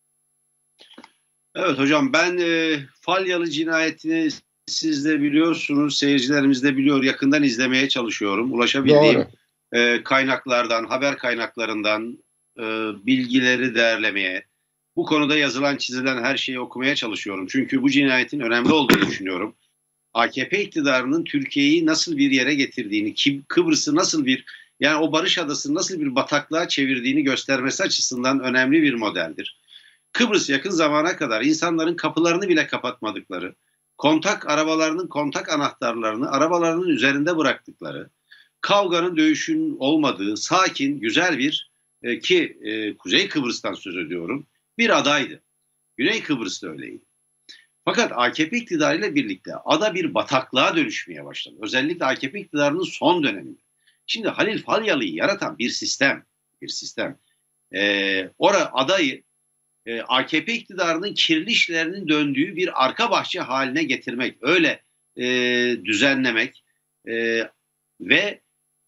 Evet hocam, ben e, Falyalı cinayetini siz de biliyorsunuz, seyircilerimiz de biliyor, yakından izlemeye çalışıyorum. Ulaşabildiğim e, kaynaklardan, haber kaynaklarından e, bilgileri derlemeye, bu konuda yazılan çizilen her şeyi okumaya çalışıyorum. Çünkü bu cinayetin önemli olduğunu düşünüyorum. A K P iktidarının Türkiye'yi nasıl bir yere getirdiğini, Kıbrıs'ı nasıl bir, yani o Barış Adası'nı nasıl bir bataklığa çevirdiğini göstermesi açısından önemli bir modeldir. Kıbrıs yakın zamana kadar insanların kapılarını bile kapatmadıkları, kontak arabalarının kontak anahtarlarını arabalarının üzerinde bıraktıkları, kavganın, dövüşün olmadığı, sakin, güzel bir e, ki e, Kuzey Kıbrıs'tan söz ediyorum, bir adaydı. Güney Kıbrıs da öyleydi. Fakat A K P iktidarıyla birlikte ada bir bataklığa dönüşmeye başladı. Özellikle A K P iktidarının son döneminde. Şimdi Halil Falyalı'yı yaratan bir sistem, bir sistem. Ee, orada adayı e, A K P iktidarının kirli işlerinin döndüğü bir arka bahçe haline getirmek, öyle e, düzenlemek e, ve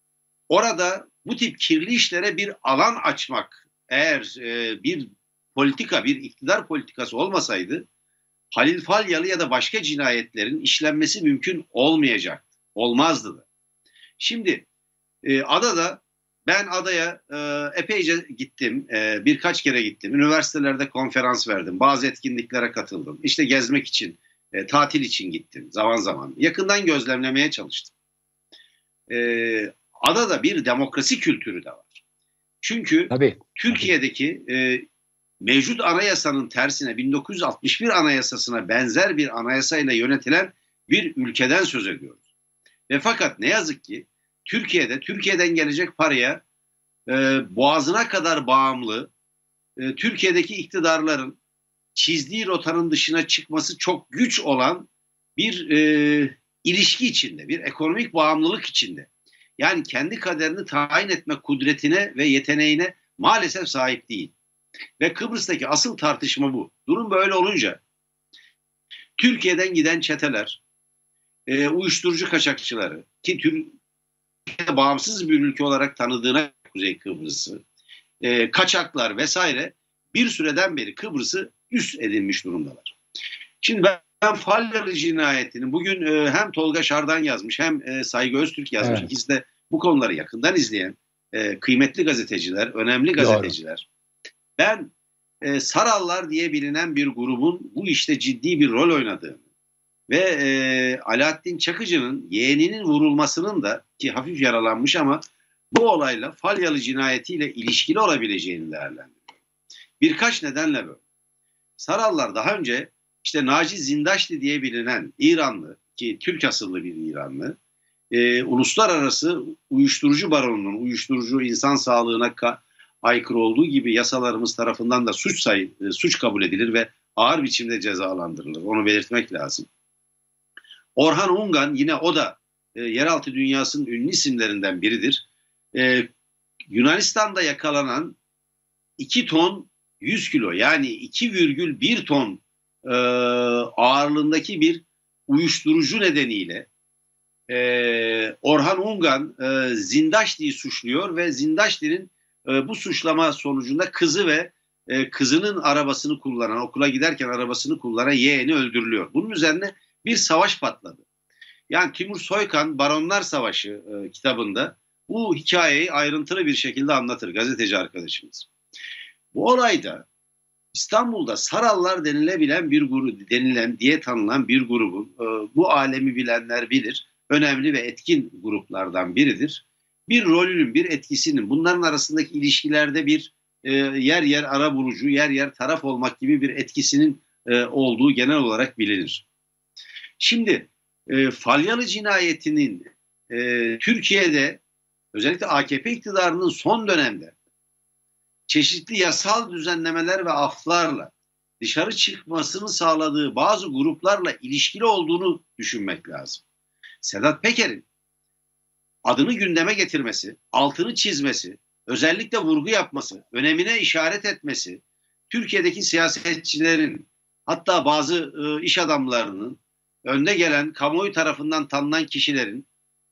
orada bu tip kirli işlere bir alan açmak, eğer e, bir politika, bir iktidar politikası olmasaydı, Halil Falyalı ya da başka cinayetlerin işlenmesi mümkün olmayacaktı, olmazdı da. Şimdi e, adada, ben adaya e, epeyce gittim, e, birkaç kere gittim. Üniversitelerde konferans verdim, bazı etkinliklere katıldım. İşte gezmek için, e, tatil için gittim zaman zaman. Yakından gözlemlemeye çalıştım. E, adada bir demokrasi kültürü de var. Çünkü tabii, Türkiye'deki e, mevcut anayasanın tersine bin dokuz yüz altmış bir anayasasına benzer bir anayasayla yönetilen bir ülkeden söz ediyoruz. Ve fakat ne yazık ki Türkiye'de, Türkiye'den gelecek paraya e, boğazına kadar bağımlı, e, Türkiye'deki iktidarların çizdiği rotanın dışına çıkması çok güç olan bir e, ilişki içinde, bir ekonomik bağımlılık içinde. Yani kendi kaderini tayin etme kudretine ve yeteneğine maalesef sahip değil. Ve Kıbrıs'taki asıl tartışma bu. Durum böyle olunca Türkiye'den giden çeteler, e, uyuşturucu kaçakçıları, ki Türkiye bağımsız bir ülke olarak tanıdığına Kuzey Kıbrıs'ı, e, kaçaklar vesaire bir süreden beri Kıbrıs'ı üst edilmiş durumdalar. Şimdi ben, ben Falyalı cinayetini bugün e, hem Tolga Şardan yazmış hem e, Saygı Öztürk yazmış. Evet. İkisi de bu konuları yakından izleyen e, kıymetli gazeteciler, önemli gazeteciler. Doğru. Ben e, Sarallar diye bilinen bir grubun bu işte ciddi bir rol oynadığını ve e, Alaaddin Çakıcı'nın yeğeninin vurulmasının da, ki hafif yaralanmış ama, bu olayla Falyalı cinayetiyle ilişkili olabileceğini değerlendiriyor. Birkaç nedenle böyle. Sarallar daha önce işte Naci Zindaşti diye bilinen İranlı, ki Türk asıllı bir İranlı, e, uluslararası uyuşturucu baronunun, uyuşturucu insan sağlığına ka- aykırı olduğu gibi yasalarımız tarafından da suç sayı, e, suç kabul edilir ve ağır biçimde cezalandırılır. Onu belirtmek lazım. Orhan Ungan, yine o da e, yeraltı dünyasının ünlü isimlerinden biridir. E, Yunanistan'da yakalanan iki ton yüz kilo, yani iki virgül bir ton e, ağırlığındaki bir uyuşturucu nedeniyle e, Orhan Ungan e, Zindaşti'yi suçluyor ve Zindaşti'nin e, bu suçlama sonucunda kızı ve e, kızının arabasını kullanan, okula giderken arabasını kullanan yeğeni öldürülüyor. Bunun üzerine bir savaş patladı. Yani Timur Soykan Baronlar Savaşı e, kitabında bu hikayeyi ayrıntılı bir şekilde anlatır gazeteci arkadaşımız. Bu olayda İstanbul'da Sarallar denilebilen bir grup, denilen diye tanınan bir grubun, e, bu alemi bilenler bilir, önemli ve etkin gruplardan biridir. Bir rolünün, bir etkisinin, bunların arasındaki ilişkilerde bir e, yer yer arabulucu, yer yer taraf olmak gibi bir etkisinin e, olduğu genel olarak bilinir. Şimdi e, Falyalı cinayetinin e, Türkiye'de özellikle A K P iktidarının son dönemde çeşitli yasal düzenlemeler ve aflarla dışarı çıkmasını sağladığı bazı gruplarla ilişkili olduğunu düşünmek lazım. Sedat Peker'in adını gündeme getirmesi, altını çizmesi, özellikle vurgu yapması, önemine işaret etmesi, Türkiye'deki siyasetçilerin, hatta bazı e, iş adamlarının, önde gelen kamuoyu tarafından tanınan kişilerin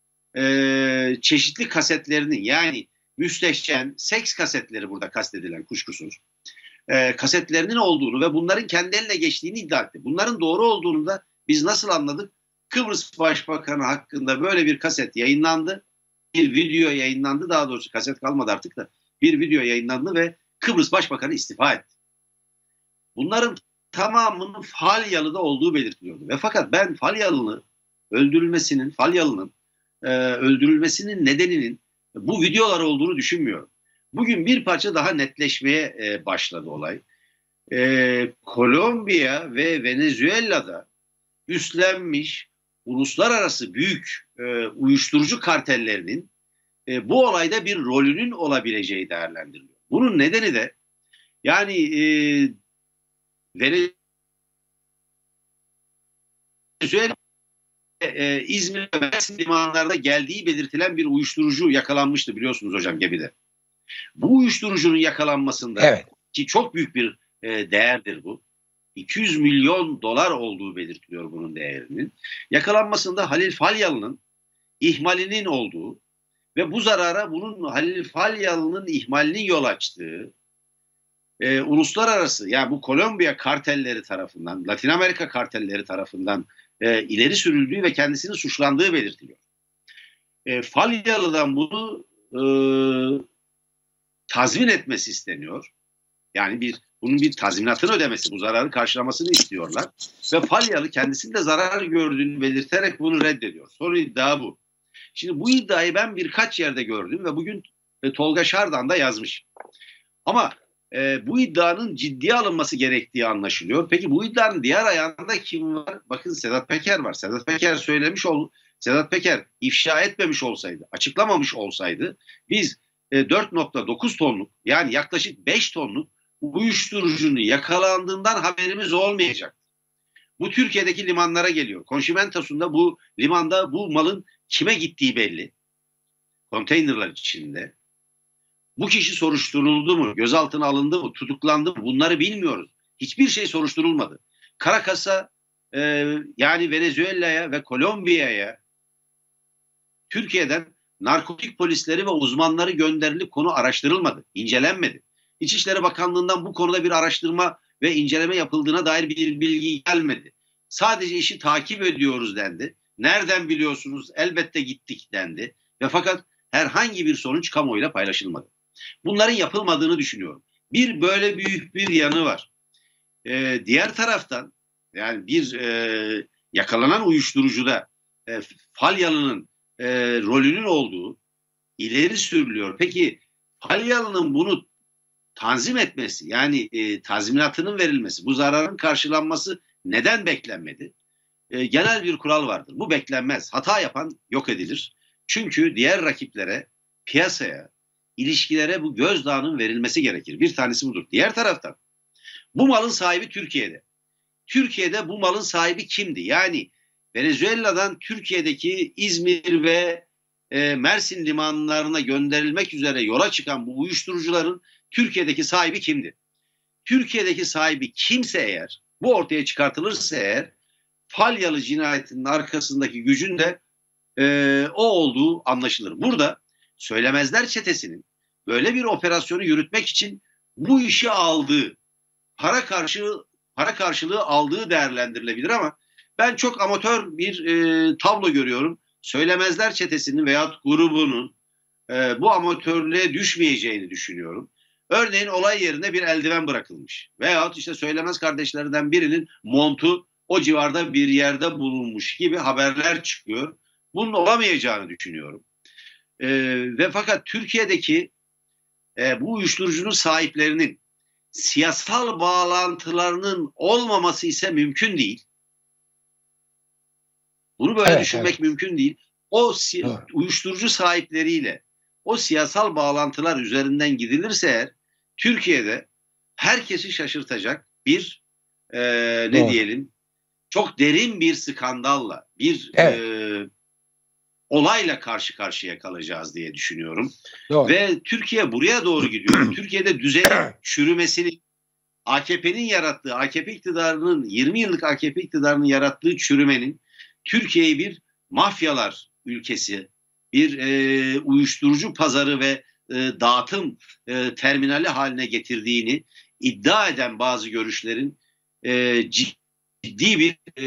e, çeşitli kasetlerinin, yani müstehcen seks kasetleri burada kastedilen kuşkusuz, e, kasetlerinin olduğunu ve bunların kendi eline geçtiğini iddia etti. Bunların doğru olduğunu da biz nasıl anladık? Kıbrıs Başbakanı hakkında böyle bir kaset yayınlandı. Bir video yayınlandı, daha doğrusu kaset kalmadı artık da bir video yayınlandı ve Kıbrıs Başbakanı istifa etti. Bunların tamamının Falyalı'da olduğu belirtiliyordu. Ve fakat ben Falyalı'nın öldürülmesinin, Falyalı'nın e, öldürülmesinin nedeninin bu videolar olduğunu düşünmüyorum. Bugün bir parça daha netleşmeye e, başladı olay. E, Kolombiya ve Venezuela'da üstlenmiş uluslararası büyük e, uyuşturucu kartellerinin e, bu olayda bir rolünün olabileceği değerlendiriliyor. Bunun nedeni de yani e, Venezuela e, İzmir ve Mersin limanlarda geldiği belirtilen bir uyuşturucu yakalanmıştı, biliyorsunuz hocam, gemide. Bu uyuşturucunun yakalanmasında, evet, ki çok büyük bir e, değerdir bu, iki yüz milyon dolar olduğu belirtiliyor bunun değerinin. Yakalanmasında Halil Falyalı'nın ihmalinin olduğu ve bu zarara bunun Halil Falyalı'nın ihmalinin yol açtığı e, uluslararası, yani bu Kolombiya kartelleri tarafından, Latin Amerika kartelleri tarafından e, ileri sürüldüğü ve kendisinin suçlandığı belirtiliyor. E, Falyalı'dan bunu e, tazmin etmesi isteniyor. Yani bir bunun bir tazminatını ödemesi, bu zararı karşılamasını istiyorlar. Ve Falyalı kendisinin de zarar gördüğünü belirterek bunu reddediyor. Son iddia bu. Şimdi bu iddiayı ben birkaç yerde gördüm ve bugün e, Tolga Şardan da yazmış. Ama e, bu iddianın ciddiye alınması gerektiği anlaşılıyor. Peki bu iddianın diğer ayağında kim var? Bakın, Sedat Peker var. Sedat Peker söylemiş ol, Sedat Peker ifşa etmemiş olsaydı, açıklamamış olsaydı biz e, dört nokta dokuz tonluk, yani yaklaşık beş tonluk uyuşturucunun yakalandığından haberimiz olmayacak. Bu Türkiye'deki limanlara geliyor. Konşimentos'unda bu limanda bu malın kime gittiği belli. Konteynerler içinde. Bu kişi soruşturuldu mu? Gözaltına alındı mı? Tutuklandı mı? Bunları bilmiyoruz. Hiçbir şey soruşturulmadı. Caracas'a e, yani Venezuela'ya ve Kolombiya'ya Türkiye'den narkotik polisleri ve uzmanları gönderilip konu araştırılmadı. İncelenmedi. İçişleri Bakanlığı'ndan bu konuda bir araştırma ve inceleme yapıldığına dair bir bilgi gelmedi. Sadece işi takip ediyoruz dendi. Nereden biliyorsunuz? Elbette gittik dendi. Ve fakat herhangi bir sonuç kamuoyuyla paylaşılmadı. Bunların yapılmadığını düşünüyorum. Bir böyle büyük bir yanı var. Ee, diğer taraftan yani bir e, yakalanan uyuşturucuda e, Falyalı'nın e, rolünün olduğu ileri sürülüyor. Peki Falyalı'nın bunu tanzim etmesi, yani e, tazminatının verilmesi, bu zararın karşılanması neden beklenmedi? E, genel bir kural vardır. Bu beklenmez. Hata yapan yok edilir. Çünkü diğer rakiplere, piyasaya, ilişkilere bu gözdağının verilmesi gerekir. Bir tanesi budur. Diğer taraftan bu malın sahibi Türkiye'de. Türkiye'de bu malın sahibi kimdi? Yani Venezuela'dan Türkiye'deki İzmir ve e, Mersin limanlarına gönderilmek üzere yola çıkan bu uyuşturucuların Türkiye'deki sahibi kimdi? Türkiye'deki sahibi kimse eğer, bu ortaya çıkartılırsa eğer, Falyalı cinayetinin arkasındaki gücün de e, o olduğu anlaşılır. Burada Söylemezler Çetesi'nin böyle bir operasyonu yürütmek için bu işi aldığı, para karşılığı para karşılığı aldığı değerlendirilebilir ama ben çok amatör bir e, tablo görüyorum. Söylemezler Çetesi'nin veyahut grubunun e, bu amatörlüğe düşmeyeceğini düşünüyorum. Örneğin olay yerine bir eldiven bırakılmış. Veyahut işte Söylemez kardeşlerden birinin montu o civarda bir yerde bulunmuş gibi haberler çıkıyor. Bunun olamayacağını düşünüyorum. E, ve fakat Türkiye'deki e, bu uyuşturucunun sahiplerinin siyasal bağlantılarının olmaması ise mümkün değil. Bunu böyle Evet, düşünmek evet. mümkün değil. O si- Doğru. uyuşturucu sahipleriyle o siyasal bağlantılar üzerinden gidilirse eğer Türkiye'de herkesi şaşırtacak bir e, ne Doğru. diyelim çok derin bir skandalla, bir Evet. e, olayla karşı karşıya kalacağız diye düşünüyorum. Doğru. Ve Türkiye buraya doğru gidiyor. Türkiye'de düzenin çürümesini A K P'nin yarattığı, A K P iktidarının, yirmi yıllık A K P iktidarının yarattığı çürümenin Türkiye'yi bir mafyalar ülkesi, bir e, uyuşturucu pazarı ve e, dağıtım e, terminali haline getirdiğini iddia eden bazı görüşlerin e, ciddi bir e,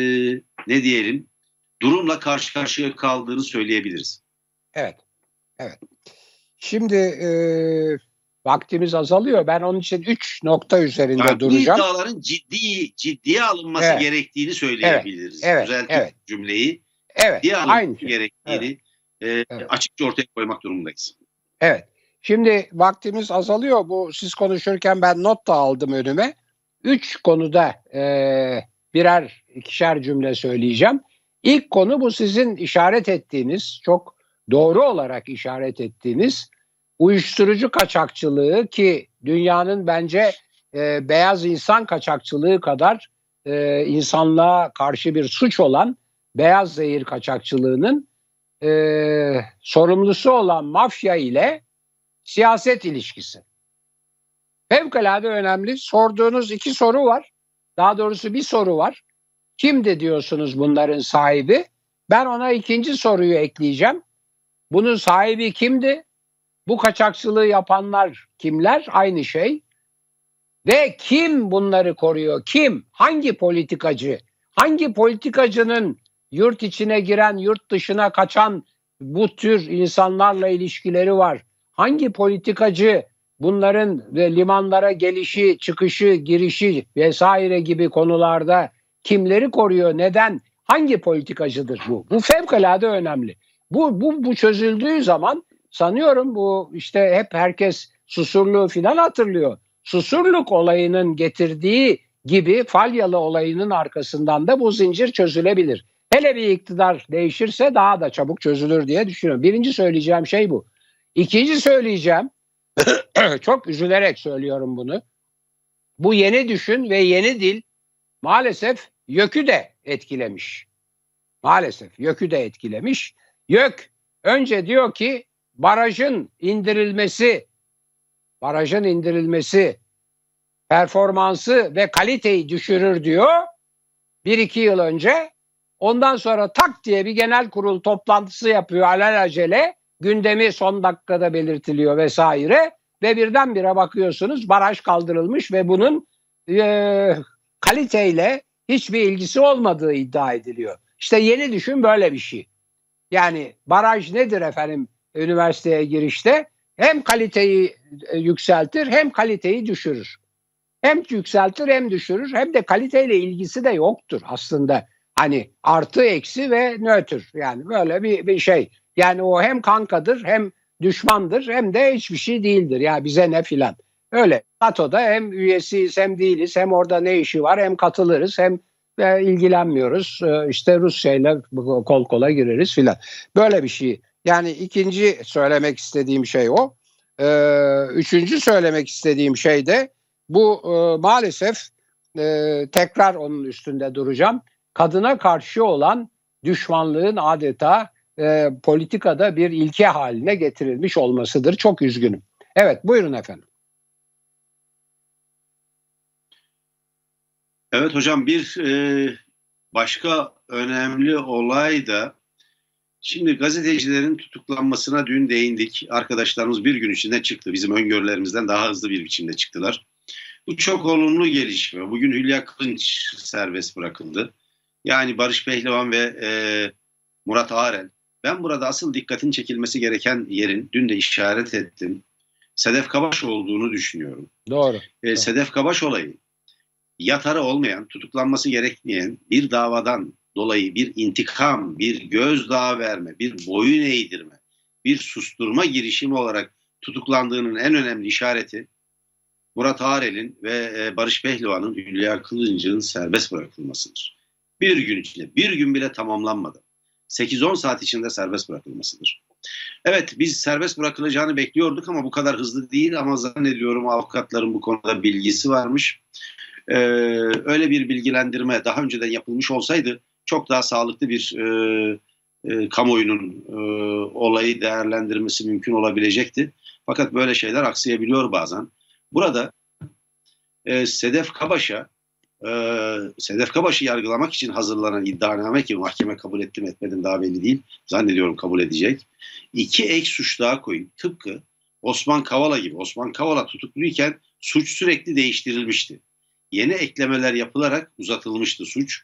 ne diyelim durumla karşı karşıya kaldığını söyleyebiliriz. Evet. Evet. Şimdi e, vaktimiz azalıyor. Ben onun için üç nokta üzerinde Yani bu duracağım. iddiaların ciddi ciddiye alınması Evet. gerektiğini söyleyebiliriz. Evet. Düzeltip Evet. cümleyi Evet. ciddiye Aynı alınması şey. gerektiğini Evet. e, Evet. açıkça ortaya koymak durumundayız. Evet. Şimdi vaktimiz azalıyor. Bu siz konuşurken ben not da aldım önüme. Üç konuda e, birer ikişer cümle söyleyeceğim. İlk konu bu sizin işaret ettiğiniz, çok doğru olarak işaret ettiğiniz uyuşturucu kaçakçılığı ki dünyanın bence e, beyaz insan kaçakçılığı kadar e, insanlığa karşı bir suç olan beyaz zehir kaçakçılığının e, sorumlusu olan mafya ile siyaset ilişkisi. Fevkalade önemli. Sorduğunuz iki soru var. Daha doğrusu bir soru var. Kimdi diyorsunuz bunların sahibi? Ben ona ikinci soruyu ekleyeceğim. Bunun sahibi kimdi? Bu kaçakçılığı yapanlar kimler? Aynı şey. Ve kim bunları koruyor? Kim? Hangi politikacı? Hangi politikacının yurt içine giren, yurt dışına kaçan bu tür insanlarla ilişkileri var? Hangi politikacı bunların ve limanlara gelişi, çıkışı, girişi vesaire gibi konularda kimleri koruyor? Neden? Hangi politikacıdır bu? Bu fevkalade önemli. Bu, bu, bu çözüldüğü zaman sanıyorum bu işte hep herkes Susurluğu filan hatırlıyor. Susurluk olayının getirdiği gibi Falyalı olayının arkasından da bu zincir çözülebilir. Hele bir iktidar değişirse daha da çabuk çözülür diye düşünüyorum. Birinci söyleyeceğim şey bu. İkinci söyleyeceğim, çok üzülerek söylüyorum bunu. Bu yeni düşün ve yeni dil maalesef YÖK'ü de etkilemiş. Maalesef YÖK'ü de etkilemiş. YÖK önce diyor ki barajın indirilmesi, barajın indirilmesi performansı ve kaliteyi düşürür diyor bir iki yıl önce. Ondan sonra tak diye bir genel kurul toplantısı yapıyor alelacele. Gündemi son dakikada belirtiliyor vesaire. Ve birdenbire bakıyorsunuz baraj kaldırılmış ve bunun e, kaliteyle hiçbir ilgisi olmadığı iddia ediliyor. İşte yeni düşün böyle bir şey. Yani baraj nedir efendim üniversiteye girişte? hem kaliteyi e, yükseltir hem kaliteyi düşürür. Hem yükseltir hem düşürür, hem de kaliteyle ilgisi de yoktur aslında. Hani artı eksi ve nötr, yani böyle bir, bir şey. Yani o hem kankadır hem düşmandır hem de hiçbir şey değildir. Ya bize ne filan. Öyle. NATO'da hem üyesiyiz hem değiliz, hem orada ne işi var, hem katılırız hem e, ilgilenmiyoruz. E, işte Rusya ile kol kola gireriz filan. Böyle bir şey. Yani ikinci söylemek istediğim şey o. E, üçüncü söylemek istediğim şey de bu e, maalesef e, tekrar onun üstünde duracağım. Kadına karşı olan düşmanlığın adeta e, politikada bir ilke haline getirilmiş olmasıdır. Çok üzgünüm. Evet, buyurun efendim. Evet hocam, bir e, başka önemli olay da şimdi gazetecilerin tutuklanmasına dün değindik. Arkadaşlarımız bir gün içinde çıktı. Bizim öngörülerimizden daha hızlı bir biçimde çıktılar. Bu çok olumlu gelişme. Bugün Hülya Kılınç serbest bırakıldı. Yani Barış Pehlivan ve e, Murat Arel. Ben burada asıl dikkatin çekilmesi gereken yerin, dün de işaret ettim, Sedef Kabaş olduğunu düşünüyorum. Doğru. E, Doğru. Sedef Kabaş olayı yatarı olmayan, tutuklanması gerekmeyen bir davadan dolayı bir intikam, bir gözdağı verme, bir boyun eğdirme, bir susturma girişimi olarak tutuklandığının en önemli işareti Murat Arel'in ve Barış Pehlivan'ın, Hülya Kılınç'ın serbest bırakılmasıdır. Bir gün içinde, bir gün bile tamamlanmadı. sekiz on saat içinde serbest bırakılmasıdır. Evet, biz serbest bırakılacağını bekliyorduk ama bu kadar hızlı değil, ama zannediyorum avukatların bu konuda bilgisi varmış. Ee, öyle bir bilgilendirme daha önceden yapılmış olsaydı çok daha sağlıklı bir e, e, kamuoyunun e, olayı değerlendirmesi mümkün olabilecekti. Fakat böyle şeyler aksayabiliyor bazen. Burada e, Sedef Kabaş'a e, Sedef Kabaş'ı yargılamak için hazırlanan iddianame, ki mahkeme kabul etti mi etmedi mi daha belli değil. Zannediyorum kabul edecek. İki ek suç daha koyun. Tıpkı Osman Kavala gibi. Osman Kavala tutukluyken suç sürekli değiştirilmişti. Yeni eklemeler yapılarak uzatılmıştı suç.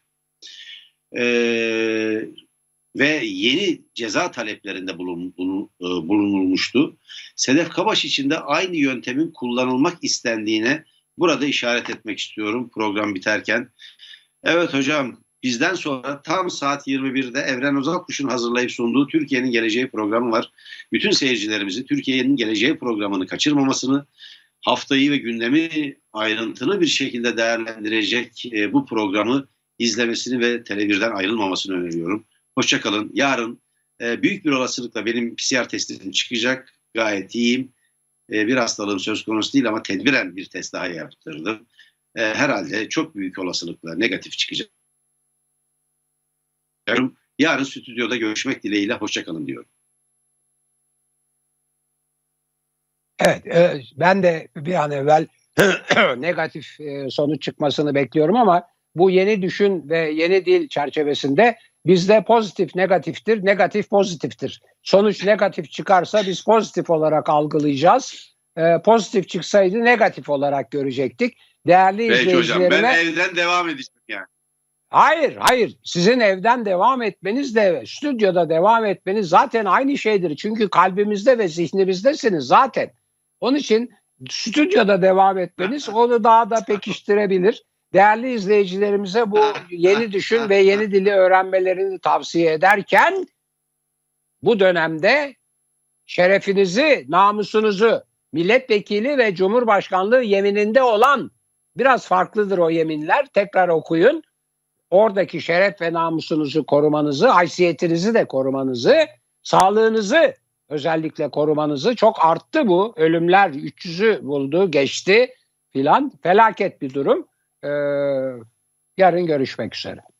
Ee, ve yeni ceza taleplerinde bulun, bulun, bulunulmuştu. Sedef Kabaş için de aynı yöntemin kullanılmak istendiğine burada işaret etmek istiyorum program biterken. Evet hocam, bizden sonra tam saat yirmi birde Evren Uzakuş'un hazırlayıp sunduğu Türkiye'nin Geleceği programı var. Bütün seyircilerimizi Türkiye'nin Geleceği programını kaçırmamasını, haftayı ve gündemi ayrıntılı bir şekilde değerlendirecek e, bu programı izlemesini ve Tele birden ayrılmamasını öneriyorum. Hoşçakalın. Yarın e, büyük bir olasılıkla benim P C R testim çıkacak. Gayet iyiyim. E, bir hastalığım söz konusu değil ama tedbiren bir test daha yaptırdım. E, herhalde çok büyük olasılıkla negatif çıkacak. Yarın stüdyoda görüşmek dileğiyle hoşçakalın diyorum. Evet, e, ben de bir an evvel negatif e, sonuç çıkmasını bekliyorum ama bu yeni düşün ve yeni dil çerçevesinde bizde pozitif negatiftir, negatif pozitiftir. Sonuç negatif çıkarsa biz pozitif olarak algılayacağız. E, pozitif çıksaydı negatif olarak görecektik. Değerli Peki izleyicilerime... hocam, ben evden devam edeceğim yani. Hayır, hayır. Sizin evden devam etmeniz de stüdyoda devam etmeniz zaten aynı şeydir. Çünkü kalbimizde ve zihnimizdesiniz zaten. Onun için stüdyoda devam etmeniz onu daha da pekiştirebilir. Değerli izleyicilerimize bu yeni düşün ve yeni dili öğrenmelerini tavsiye ederken bu dönemde şerefinizi, namusunuzu, milletvekili ve cumhurbaşkanlığı yemininde olan, biraz farklıdır o yeminler, tekrar okuyun. Oradaki şeref ve namusunuzu korumanızı, haysiyetinizi de korumanızı, sağlığınızı özellikle korumanızı, çok arttı bu. Ölümler üç yüzü buldu, geçti filan. Felaket bir durum. Ee, yarın görüşmek üzere.